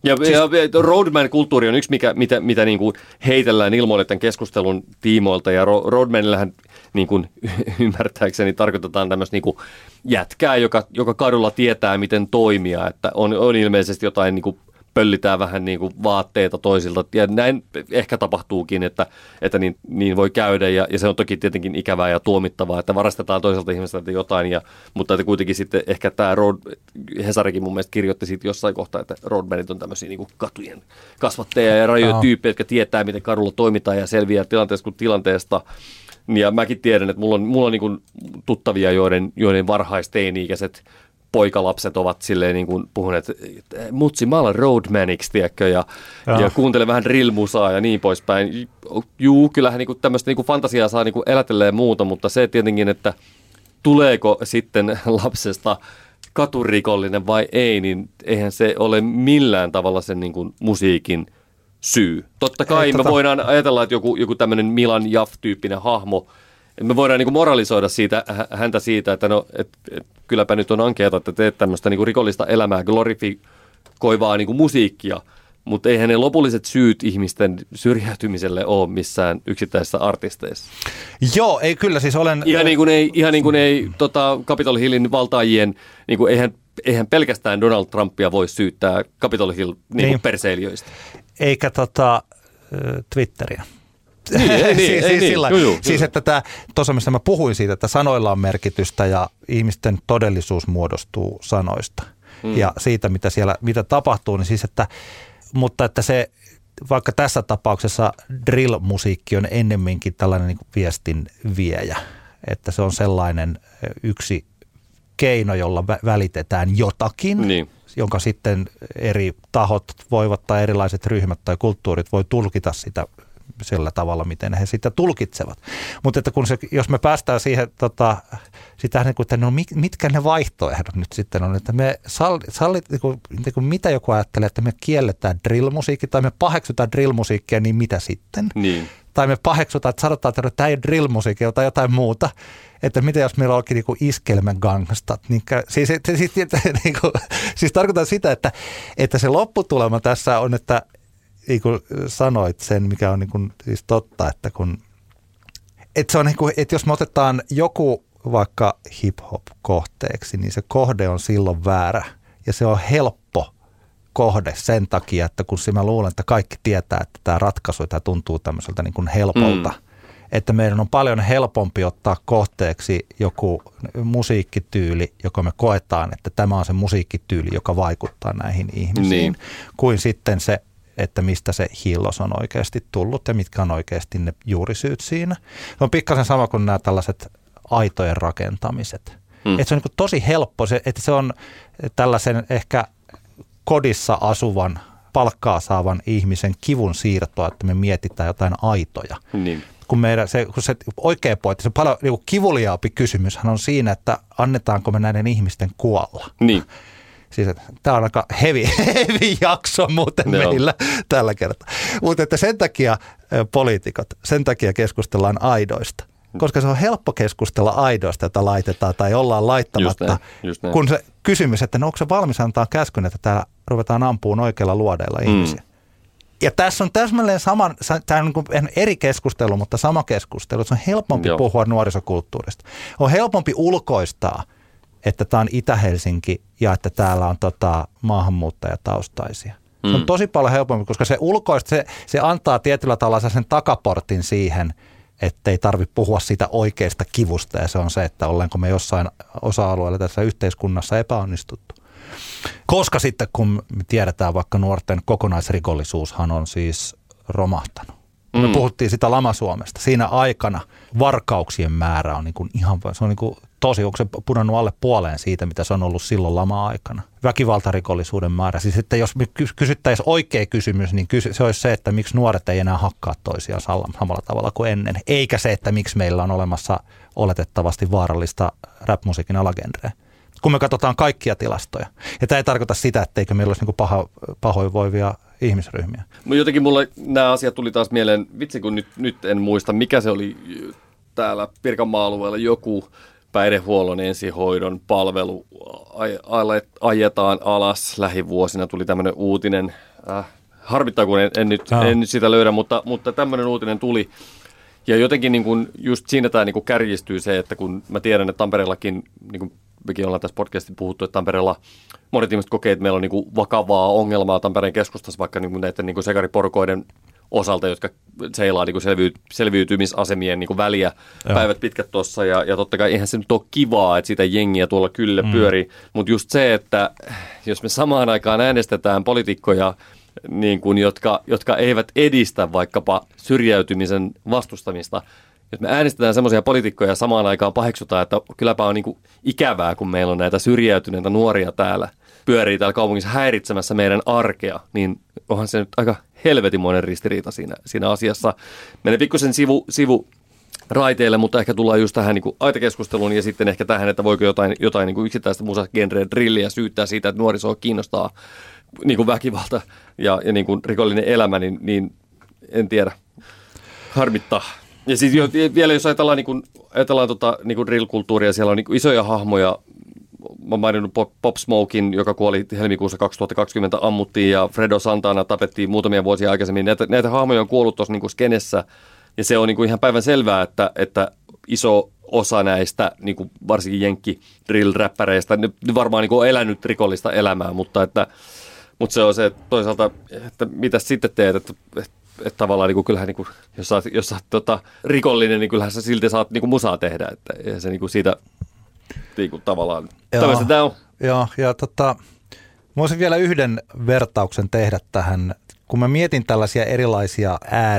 Ja, siis, ja roadman-kulttuuri on yksi, mikä, mitä, mitä niin kuin heitellään ilmoille tämän keskustelun tiimoilta, ja roadmanillähän niin kuin ymmärtääkseni tarkoitetaan tämmöistä niin kuin jätkää, joka, joka kadulla tietää, miten toimia, että on, on ilmeisesti jotain niin kuin pöllitään vähän niin kuin vaatteita toisilta, ja näin ehkä tapahtuukin, että, että niin, niin voi käydä, ja, ja se on toki tietenkin ikävää ja tuomittavaa, että varastetaan toiselta ihmiseltä jotain, ja, mutta että kuitenkin sitten ehkä tämä road, Hesarikin mun mielestä kirjoitti siitä jossain kohtaa, että roadmanit on tämmöisiä niin kuin katujen kasvatteja ja rajoja tyyppejä, jotka tietää, miten kadulla toimitaan ja selviää tilanteesta kuin tilanteesta. Ja mäkin tiedän, että mulla on, mulla on niin kuin tuttavia, joiden, joiden varhaisteini-ikäiset poikalapset ovat silleen niin kuin puhuneet, mutsi, mä olen roadmaniksi, tiedätkö, ja, ja kuuntele vähän drill-musaa ja niin poispäin. Juu, kyllähän niin kuin tämmöistä niin kuin fantasiaa saa niin kuin elätellä ja muuta, mutta se tietenkin, että tuleeko sitten lapsesta katurikollinen vai ei, niin eihän se ole millään tavalla sen niin kuin musiikin syy. Totta kai ei, me tota... voidaan ajatella, että joku, joku tämmöinen Milan Jaff-tyyppinen hahmo, me voidaan niin kuin moralisoida siitä, häntä siitä, että no, et, et, kylläpä nyt on ankeata, että teet tämmöistä niin kuin rikollista elämää, glorifikoivaa niin kuin musiikkia, mutta eihän ne lopulliset syyt ihmisten syrjäytymiselle ole missään yksittäisissä artisteissa. Joo, ei kyllä siis olen... Ihan niin kuin ei, ihan niin kuin ei tota, Capitol Hillin valtaajien, niin kuin eihän, eihän pelkästään Donald Trumpia voi syyttää Capitol Hill niin kuin niin. perseilijöistä. Eikä tota, Twitteriä. Niin, ei, niin, siis, ei, siis, niin. sillä, Juju, siis juju. että tämä, tuossa missä mä puhuin siitä, että sanoilla on merkitystä ja ihmisten todellisuus muodostuu sanoista. Mm. Ja siitä, mitä siellä mitä tapahtuu, niin siis, että, mutta että se, vaikka tässä tapauksessa drill-musiikki on ennemminkin tällainen niin kuin viestin viejä, että se on sellainen yksi keino, jolla välitetään jotakin, niin. jonka sitten eri tahot voivat tai erilaiset ryhmät tai kulttuurit voi tulkita sitä sillä tavalla, miten he sitä tulkitsevat. Mutta että kun se, jos me päästään siihen, tota, sitä, että no mitkä ne vaihtoehdot nyt sitten on, että me sallit, sallit niin kuin, niin kuin mitä joku ajattelee, että me kielletään drill-musiikki tai me paheksutaan drill-musiikkia, niin mitä sitten? Niin. Tai me paheksutaan, että sanotaan, että tämä ei ole drill-musiikkia tai jotain muuta. Että mitä jos meillä onkin niinku iskelmägangstat. Niin, siis, siis, niin kuin, siis tarkoitan sitä, että, että se lopputulema tässä on, että niin kuin sanoit sen, mikä on niin kuin, siis totta, että, kun, että, se on niin kuin, että jos me otetaan joku vaikka hip-hop kohteeksi, niin se kohde on silloin väärä ja se on helppo kohde sen takia, että kun mä luulen, että kaikki tietää, että tämä ratkaisu tämä tuntuu tämmöiseltä niin kuin helpolta, mm. että meidän on paljon helpompi ottaa kohteeksi joku musiikkityyli, joka me koetaan, että tämä on se musiikkityyli, joka vaikuttaa näihin ihmisiin, niin. kuin sitten se, että mistä se hiillos on oikeasti tullut ja mitkä on oikeasti ne juurisyyt siinä. Se on pikkasen sama kuin nämä tällaiset aitojen rakentamiset. Mm. Että se on niin tosi helppo, että se on tällaisen ehkä kodissa asuvan, palkkaa saavan ihmisen kivun siirtoa, että me mietitään jotain aitoja. Niin. Kun, meidän, se, kun se oikea pointti, se paljon niin kivuliaampi kysymyshän on siinä, että annetaanko me näiden ihmisten kuolla. Niin. Siis, tämä on aika heavy, heavy jakso muuten ne meillä on. Tällä kertaa. Mutta että sen takia poliitikot, sen takia keskustellaan aidoista. Koska se on helppo keskustella aidoista, että laitetaan tai ollaan laittamatta. Just näin, just näin. Kun se kysymys, että no onko se valmis antaa käskyn, että täällä ruvetaan ampuun oikealla luodeilla mm. ihmisiä. Ja tässä on täsmälleen saman, tämä on niin kuin eri keskustelu, mutta sama keskustelu. Se on helpompi Joo. puhua nuorisokulttuurista. On helpompi ulkoistaa, että tämä on Itä-Helsinki ja että täällä on tota, maahanmuuttajataustaisia. Mm. Se on tosi paljon helpompi, koska se ulkoista, se, se antaa tietyllä tavalla sen takaportin siihen, että ei tarvitse puhua siitä oikeasta kivusta ja se on se, että ollaanko me jossain osa-alueella tässä yhteiskunnassa epäonnistuttu. Koska sitten kun me tiedetään vaikka nuorten kokonaisrikollisuushan on siis romahtanut. Mm. Me puhuttiin sitä Lama-Suomesta. Siinä aikana varkauksien määrä on niin kuin ihan, se on niin kuin tosi, onko se pudonnut alle puoleen siitä, mitä se on ollut silloin lama-aikana. Väkivaltarikollisuuden määrä. Siis että jos me kysyttäisiin oikea kysymys, niin se olisi se, että miksi nuoret ei enää hakkaa toisiaan samalla tavalla kuin ennen. Eikä se, että miksi meillä on olemassa oletettavasti vaarallista rap-musiikin alagenreä. Kun me katsotaan kaikkia tilastoja. Ja tämä ei tarkoita sitä, etteikö meillä olisi niin kuin paho, pahoinvoivia ihmisryhmiä. Jotenkin mulle nämä asiat tuli taas mieleen, vitsi kun nyt, nyt en muista, mikä se oli täällä Pirkanmaa-alueella joku päihdehuollon ensihoidon palvelu ajetaan alas lähivuosina. Tuli tämmöinen uutinen Äh, harmittaa, kun en, en, nyt, no. en nyt sitä löydä, mutta, mutta tämmöinen uutinen tuli. Ja jotenkin niin kuin just siinä tämä niin kuin kärjistyy se, että kun mä tiedän, että Tampereellakin, niin kuin mekin ollaan tässä podcastissa puhuttu, että Tampereella monet ihmiset kokee, että meillä on niin kuin vakavaa ongelmaa Tampereen keskustassa vaikka niin kuin näiden niin kuin sekariporukoiden osalta, jotka seilaa niin kuin selviy, selviytymisasemien niin kuin väliä Joo. päivät pitkät tuossa. Ja, ja totta kai eihän se nyt ole kivaa, että sitä jengiä tuolla kyllä mm. pyörii. Mutta just se, että jos me samaan aikaan äänestetään poliitikkoja, niin kuin, jotka, jotka eivät edistä vaikkapa syrjäytymisen vastustamista. Jos me äänestetään semmoisia poliitikkoja ja samaan aikaan paheksutaan, että kylläpä on niin kuin ikävää, kun meillä on näitä syrjäytyneitä nuoria täällä, pyörii täällä kaupungissa häiritsemässä meidän arkea, niin onhan se nyt aika helvetimoinen ristiriita siinä, siinä asiassa. Menen pikkusen sivu, sivu raiteille, mutta ehkä tullaan just tähän niin kuin aitakeskusteluun ja sitten ehkä tähän, että voiko jotain, jotain niin kuin yksittäistä musagenreä drilliä syyttää siitä, että nuorisoa kiinnostaa niin kuin väkivalta ja, ja niin kuin rikollinen elämä, niin, niin en tiedä. Harmittaa. Ja siis jo, vielä jos ajatellaan, niin kuin, ajatellaan tota, niin kuin drill-kulttuuria, siellä on niin kuin isoja hahmoja. Mä oon maininnut Pop, Pop Smokin, joka kuoli helmikuussa kaksituhattakaksikymmentä, ammuttiin, ja Fredo Santana tapettiin muutamia vuosia aikaisemmin. Näitä, näitä hahmoja on kuollut tuossa niin kuin skenessä, ja se on niin kuin ihan päivän selvää, että, että iso osa näistä, niin kuin varsinkin jenkki drill-räppäreistä, ne, ne varmaan niin kuin on elänyt rikollista elämää, mutta että Mutta se on se toisaalta, että mitä sitten teet, että, että, että tavallaan niin kuin, kyllähän niin kuin, jos sä, jos sä oot tota, rikollinen, niin kyllähän sä silti saat niin kuin musaa tehdä. Että ja se niin kuin siitä niin kuin, tavallaan, tällaista tämä on. Joo, ja tota, mä voisin vielä yhden vertauksen tehdä tähän. Kun mä mietin tällaisia erilaisia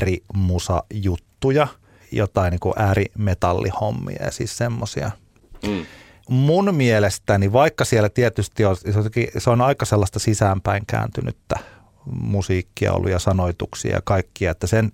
äärimusajuttuja, jotain niin kuin äärimetallihommia ja siis semmoisia. Mm. Mun mielestäni, vaikka siellä tietysti on, se on aika sellaista sisäänpäin kääntynyttä musiikkia ollut ja sanoituksia ja kaikkia, että sen,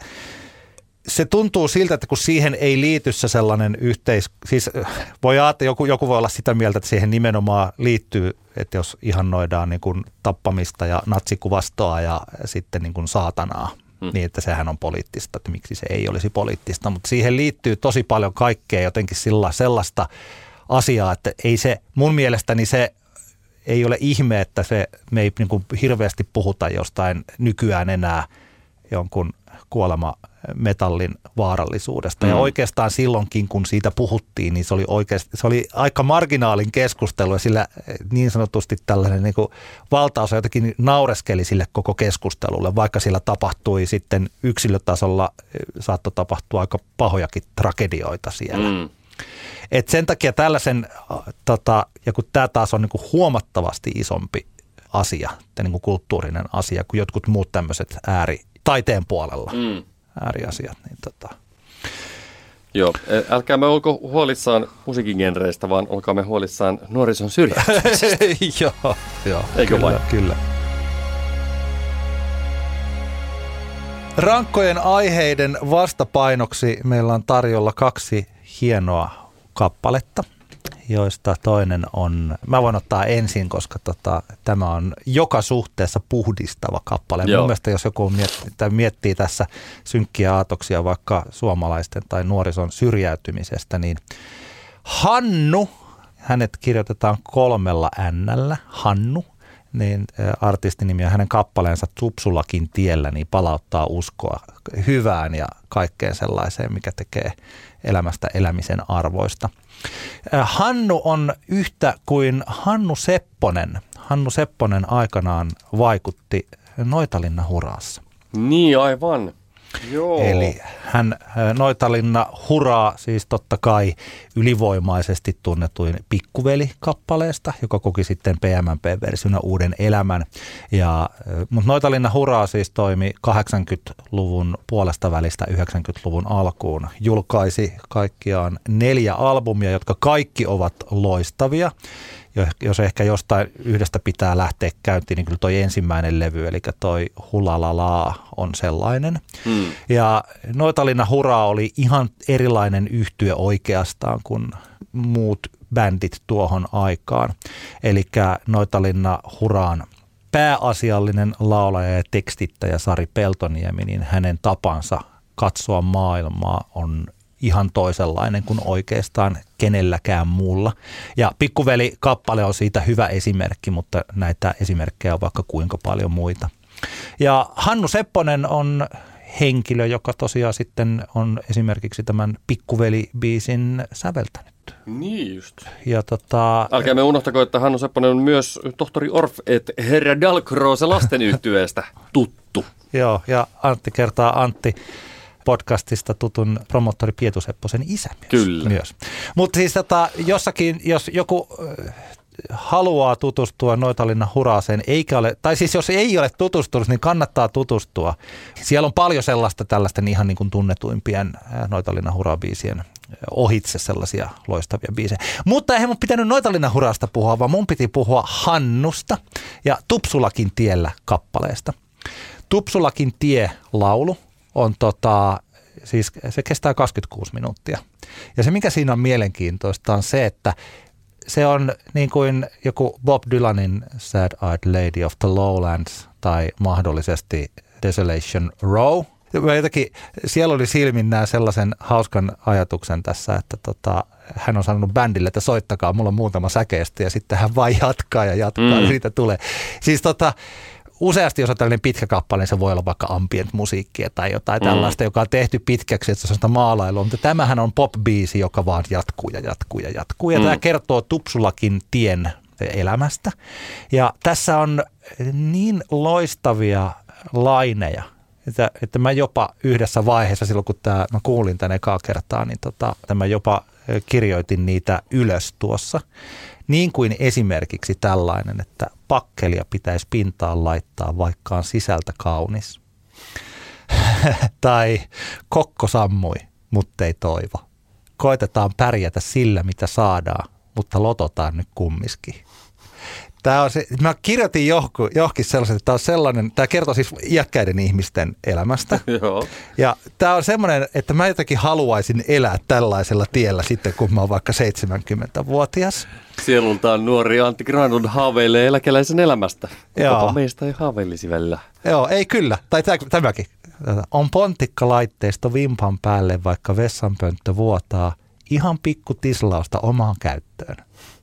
se tuntuu siltä, että kun siihen ei liity se sellainen yhteis... Siis voi ajatella, joku, joku voi olla sitä mieltä, että siihen nimenomaan liittyy, että jos ihannoidaan niin kuin tappamista ja natsikuvastoa ja sitten niin kuin saatanaa, hmm. niin että sehän on poliittista, että miksi se ei olisi poliittista, mutta siihen liittyy tosi paljon kaikkea jotenkin sillä sellaista asiaa, että ei se, mun mielestäni se ei ole ihme, että se, me ei niin kuin hirveästi puhuta jostain nykyään enää jonkun kuolemametallin vaarallisuudesta. Mm. Ja oikeastaan silloinkin, kun siitä puhuttiin, niin se oli oikeasti, se oli aika marginaalin keskustelu ja sillä niin sanotusti tällainen niin kuin valtaosa jotenkin naureskeli sille koko keskustelulle, vaikka sillä tapahtui sitten yksilötasolla, saattoi tapahtua aika pahojakin tragedioita siellä. Mm. Et sen takia tällaisen, tota, ja kun tämä taas on niin kuin huomattavasti isompi asia, niin kuin kulttuurinen asia, kuin jotkut muut tämmöiset ääri, taiteen puolella mm. ääriasiat. Niin tota. Joo, älkää me olko huolissaan musiikigenreistä, vaan olkaa me huolissaan nuorison syrjäytymisestä. joo, joo. Eikö kyllä, vain? Kyllä. Rankkojen aiheiden vastapainoksi meillä on tarjolla kaksi hienoa kappaletta, joista toinen on, mä voin ottaa ensin, koska tota, tämä on joka suhteessa puhdistava kappale. Joo. Mun mielestä jos joku miettii, miettii tässä synkkiä aatoksia vaikka suomalaisten tai nuorison syrjäytymisestä, niin Hannu, hänet kirjoitetaan kolmella ännällä, Hannu, niin artistinimi ja hänen kappaleensa Tupsulakin tiellä niin palauttaa uskoa hyvään ja kaikkeen sellaiseen, mikä tekee elämästä elämisen arvoista. Hannu on yhtä kuin Hannu Sepponen. Hannu Sepponen aikanaan vaikutti Noitalinna Huraassa. Niin, aivan. Joo. Eli hän Noitalinna Huraa siis totta kai ylivoimaisesti tunnetuin Pikkuveli-kappaleesta, joka koki sitten P M M P-versiona uuden elämän. Ja, mutta Noitalinna Huraa siis toimi kahdeksankymmentäluvun puolesta välistä yhdeksänkymmentäluvun alkuun. Julkaisi kaikkiaan neljä albumia, jotka kaikki ovat loistavia. Jos ehkä jostain yhdestä pitää lähteä käyntiin, niin kyllä toi ensimmäinen levy, eli toi Hulalalaa on sellainen. Hmm. Ja Noitalinna Huraa oli ihan erilainen yhtye oikeastaan kuin muut bändit tuohon aikaan. Eli Noitalinna Huraan pääasiallinen laulaja ja tekstittäjä Sari Peltoniemi, niin hänen tapansa katsoa maailmaa on ihan toisenlainen kuin oikeastaan kenelläkään muulla. Ja Pikkuveli-kappale on siitä hyvä esimerkki, mutta näitä esimerkkejä on vaikka kuinka paljon muita. Ja Hannu Sepponen on henkilö, joka tosiaan sitten on esimerkiksi tämän Pikkuveli-biisin säveltänyt. Niin just. Ja tota... Älkää me unohtako, että Hannu Sepponen on myös tohtori Orf et Herra Dalcroze lasten yhtyeestä tuttu. Joo, ja Antti kertaa Antti podcastista tutun promottori Pietu Sepposen isä myös. Kyllä. Myös. Mutta siis tota, jossakin, jos joku äh, haluaa tutustua Noitalinnan huraaseen, eikä ole, tai siis jos ei ole tutustunut, niin kannattaa tutustua. Siellä on paljon sellaista tällaisten ihan niin kuin tunnetuimpien äh, Noitalinnan huraabiisien ohitse sellaisia loistavia biisejä. Mutta eihän mun pitänyt Noitalinnan huraasta puhua, vaan mun piti puhua Hannusta ja Tupsulakin tiellä kappaleesta. Tupsulakin tie laulu on tota, siis se kestää kaksikymmentäkuusi minuuttia. Ja se mikä siinä on mielenkiintoista on se, että se on niin kuin joku Bob Dylanin Sad-Eyed Lady of the Lowlands tai mahdollisesti Desolation Row. Mä jotenkin, siellä oli silmin nää sellaisen hauskan ajatuksen tässä, että tota, hän on sanonut bändille, että soittakaa, mulla on muutama säkeistä ja sitten hän vain jatkaa ja jatkaa mm. ja siitä tulee. Siis tota, useasti jos on tällainen pitkä kappale, niin se voi olla vaikka ambient-musiikkia tai jotain mm. tällaista, joka on tehty pitkäksi, että se on sitä maalailua, mutta tämähän on pop-biisi, joka vaan jatkuu ja jatkuu ja jatkuu. Ja mm. tämä kertoo Tupsulakin tien elämästä. Ja tässä on niin loistavia laineja, Että, että mä jopa yhdessä vaiheessa silloin, kun tää, mä kuulin tänne ekaa kertaa, niin tota, mä jopa kirjoitin niitä ylös tuossa. Niin kuin esimerkiksi tällainen, että pakkelia pitäisi pintaan laittaa, vaikka on sisältä kaunis. Tai kokko sammui, mutta ei toivo. Koitetaan pärjätä sillä, mitä saadaan, mutta lototaan nyt kumminkin. Tämä on se, mä kirjoitin johku, johonkin sellaisen, että tämä on sellainen, tämä kertoo siis iäkkäiden ihmisten elämästä. Joo. Ja tämä on semmoinen, että mä jotenkin haluaisin elää tällaisella tiellä sitten, kun mä oon vaikka seitsemänkymmentävuotias. Sielultaan nuori Antti Granlund haaveilee eläkeläisen elämästä. Joo. Meistä ei haaveilisi välillä. Joo, ei kyllä. Tai tämäkin. On pontikkalaitteisto vimpan päälle, vaikka vessanpönttö vuotaa. Ihan pikku tislausta omaan käyttöön.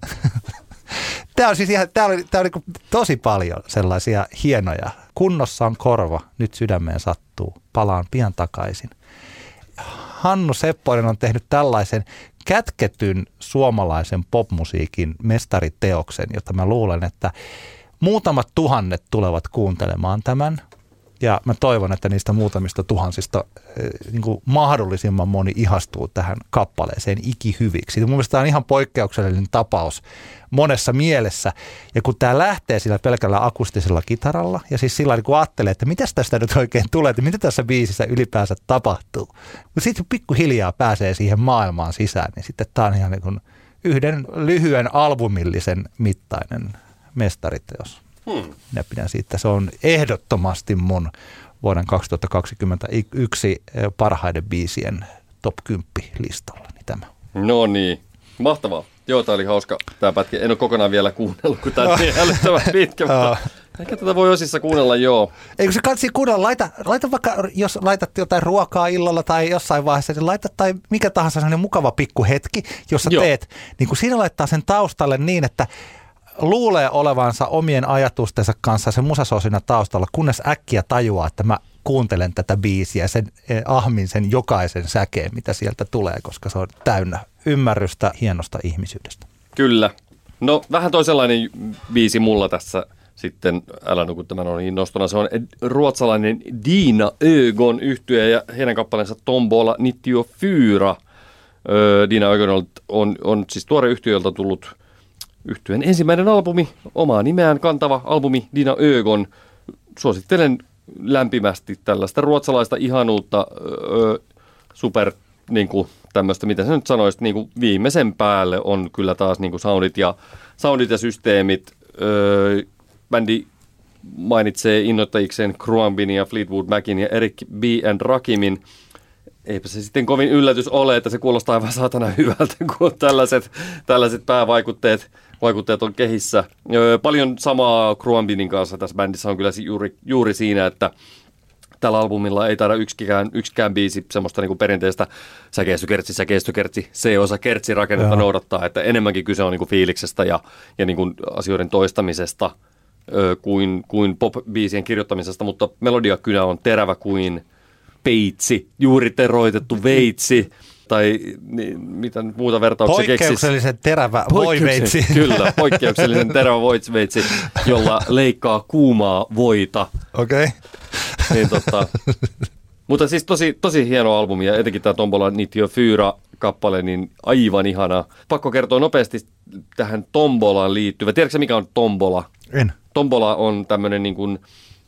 Tämä on siis ihan, tämä oli, tämä oli tosi paljon sellaisia hienoja. Kunnossa on korva, nyt sydämeen sattuu, palaan pian takaisin. Hannu Sepponen on tehnyt tällaisen kätketyn suomalaisen popmusiikin mestariteoksen, jota mä luulen, että muutamat tuhannet tulevat kuuntelemaan tämän. Ja mä toivon, että niistä muutamista tuhansista niin kuin mahdollisimman moni ihastuu tähän kappaleeseen ikihyviksi. Mun mielestä tämä on ihan poikkeuksellinen tapaus monessa mielessä. Ja kun tämä lähtee sillä pelkällä akustisella kitaralla, ja siis sillä kun ajattelee, että mitä tästä nyt oikein tulee, että mitä tässä biisissä ylipäänsä tapahtuu. Kun sitten pikkuhiljaa pääsee siihen maailmaan sisään, niin sitten tämä on ihan niin kuin yhden lyhyen albumillisen mittainen mestariteos. Hmm. Minä pidän siitä. Se on ehdottomasti mun vuoden kaksituhattakaksikymmentäyksi parhaiden biisien top kymmenen listalla. Tämä. No niin, mahtavaa. Joo, tämä oli hauska tämä pätkä. En ole kokonaan vielä kuunnellut, kun tämä on niin älyttävän pitkä, mutta ehkä tätä voi osissa kuunnella, joo. Eikö se katsi kuunnella, laita, laita vaikka, jos laitat jotain ruokaa illalla tai jossain vaiheessa, niin laita tai mikä tahansa sellainen mukava pikkuhetki, jos sä teet, niin kun siinä laittaa sen taustalle niin, että luulee olevansa omien ajatustensa kanssa se musasosina taustalla, kunnes äkkiä tajuaa, että mä kuuntelen tätä biisiä ja sen, ahmin sen jokaisen säkeen, mitä sieltä tulee, koska se on täynnä ymmärrystä hienosta ihmisyydestä. Kyllä. No vähän toisenlainen biisi mulla tässä sitten, älä nuku tämän on innostuna. Se on ruotsalainen Dina Ögon yhtye ja heidän kappaleensa Tombola nittio fyra. Öö, Dina Ögon on, on, on siis tuore yhtiöltä tullut yhtyeen ensimmäinen albumi, omaa nimeään kantava albumi Dina Ögon. Suosittelen lämpimästi tällaista ruotsalaista ihanuutta, öö, super niin kuin tämmöistä, mitä sä nyt sanoisit, niin kuin viimeisen päälle on kyllä taas niin kuin soundit, ja, soundit ja systeemit. Öö, bändi mainitsee innoittajikseen Khruangbin ja Fleetwood Macin ja Eric B. and Rakimin. Eipä se sitten kovin yllätys ole, että se kuulostaa aivan saatana hyvältä, kun tällaiset, tällaiset päävaikutteet vaikutteet on kehissä. Öö, paljon samaa Khruangbinin kanssa tässä bändissä on kyllä juuri, juuri siinä, että tällä albumilla ei taida yksikään, yksikään biisi semmoista niin kuin perinteistä säkeistökertsi, säkeistökertsi, C-osa kertsirakennetta noudattaa, että enemmänkin kyse on niin kuin fiiliksestä ja, ja niin kuin asioiden toistamisesta. ö, kuin, kuin pop-biisien kirjoittamisesta, mutta melodiakynä on terävä kuin peitsi, juuri teroitettu veitsi. Tai niin, mitä nyt muuta vertauksia keksis. Poikkeuksellisen terävä voiveitsi. Kyllä, poikkeuksellisen terävä voiveitsi, jolla leikkaa kuumaa voita. Okei. Okay. Niin, tota, mutta siis tosi, tosi hieno albumi ja etenkin tämä Tombola Nitio Fyra-kappale, niin aivan ihana. Pakko kertoa nopeasti tähän Tombolaan liittyvä. Tiedätkö mikä on Tombola? En. Tombola on tämmöinen niin kuin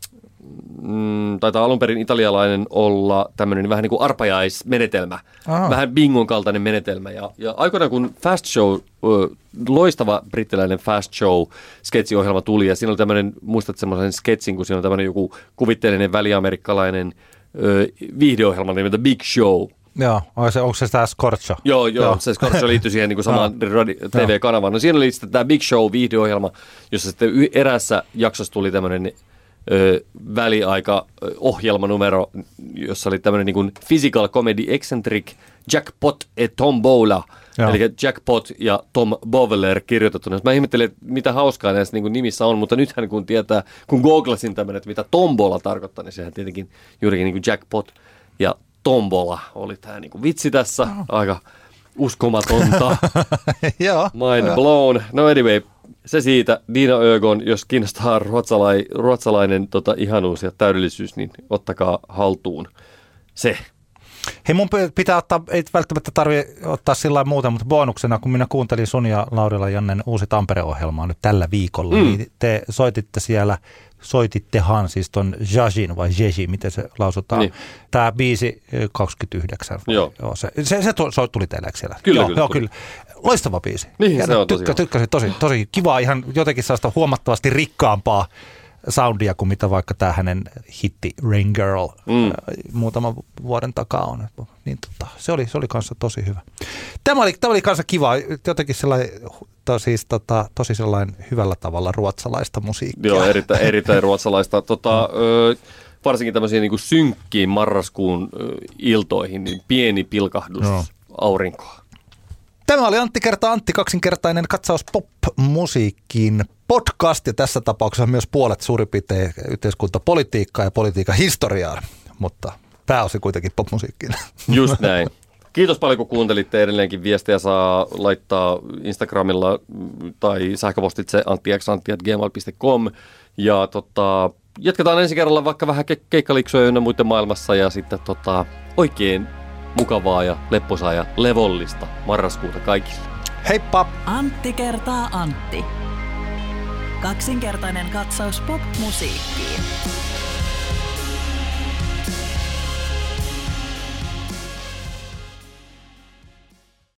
Mm, taitaa alun perin italialainen olla tämmöinen vähän niin kuin arpajaismenetelmä. Aha. Vähän bingon kaltainen menetelmä. Ja, ja aikoinaan kun Fast Show, ö, loistava brittiläinen Fast Show-sketsiohjelma tuli, ja siinä oli tämmöinen, muistat semmoisen sketsin, kun siinä on tämmöinen joku kuvitteellinen väliamerikkalainen ö, viihdeohjelma nimeltä Big Show. Joo, onko se, onko se tämä Scorcho? Joo, joo, joo. Se Scorcho liittyi siihen niin kuin samaan T V-kanavaan. No siinä oli sitten tämä Big Show-viihdeohjelma, jossa sitten erässä jaksossa tuli tämmöinen Ö, väliaika-ohjelmanumero, jossa oli tämmöinen niin kuin physical comedy eccentric Jackpot et Tombola. Joo. Eli Jackpot ja Tom Bowler kirjoitettuna. Mä ihmettelin, että mitä hauskaa näissä niin kuin nimissä on, mutta nythän kun tietää, kun googlasin tämmöinen, että mitä Tombola tarkoittaa, niin sehän tietenkin juurikin niin kuin Jackpot ja Tombola oli tämä niin kuin vitsi tässä. Oh. Aika uskomatonta. Mind blown. No anyway. Se siitä, Dina Ögon, jos kiinnostaa ruotsalai, ruotsalainen tota, ihanuus ja täydellisyys, niin ottakaa haltuun se. Hei, mun pitää ottaa, ei välttämättä tarvitse ottaa sillä muuta, mutta bonuksena, kun minä kuuntelin sun ja Laurila Jannen uusi Tampere-ohjelmaa nyt tällä viikolla, mm. niin te soititte siellä, soitittehan siis ton Jajin vai Jeji, miten se lausutaan, niin. Tämä biisi kaksikymmentäyhdeksän. Joo. Joo, se, se, se tuli teille siellä? Kyllä, joo, kyllä. Joo, kyllä. Loistava biisi. Niin, ja se on tykkä, tosi tykkäsin, tosi, tosi kiva, ihan jotenkin sellaista huomattavasti rikkaampaa soundia kuin mitä vaikka tämä hänen hitti Rain Girl mm. muutaman vuoden takaa on. Niin, tota, se oli, se oli kanssa tosi hyvä. Tämä oli, tämä oli kanssa kiva, jotenkin sellainen, to, siis, tota, tosi sellainen hyvällä tavalla ruotsalaista musiikkia. Joo, erittäin, erittäin ruotsalaista. Tota, ö, varsinkin tämmöisiin niin kuin synkkiin marraskuun ö, iltoihin, niin pieni pilkahdus no. aurinkoa. Tämä oli Antti kertaa Antti, kaksinkertainen katsaus pop-musiikkiin podcast, ja tässä tapauksessa myös puolet suurin piirtein yhteiskuntapolitiikkaa ja politiikan historiaa, mutta pääosin kuitenkin pop-musiikkiin. Just näin. Kiitos paljon, kun kuuntelitte. Edelleenkin viestejä saa laittaa Instagramilla tai sähköpostitse antti x antti at gmail piste com. Ja tota, jatketaan ensi kerralla vaikka vähän ke- keikkaliksoja ynnä muiden maailmassa, ja sitten tota, oikein mukavaa ja lepposaa ja levollista marraskuuta kaikille. Heippa! Antti kertaa Antti. Kaksinkertainen katsaus pop-musiikkiin.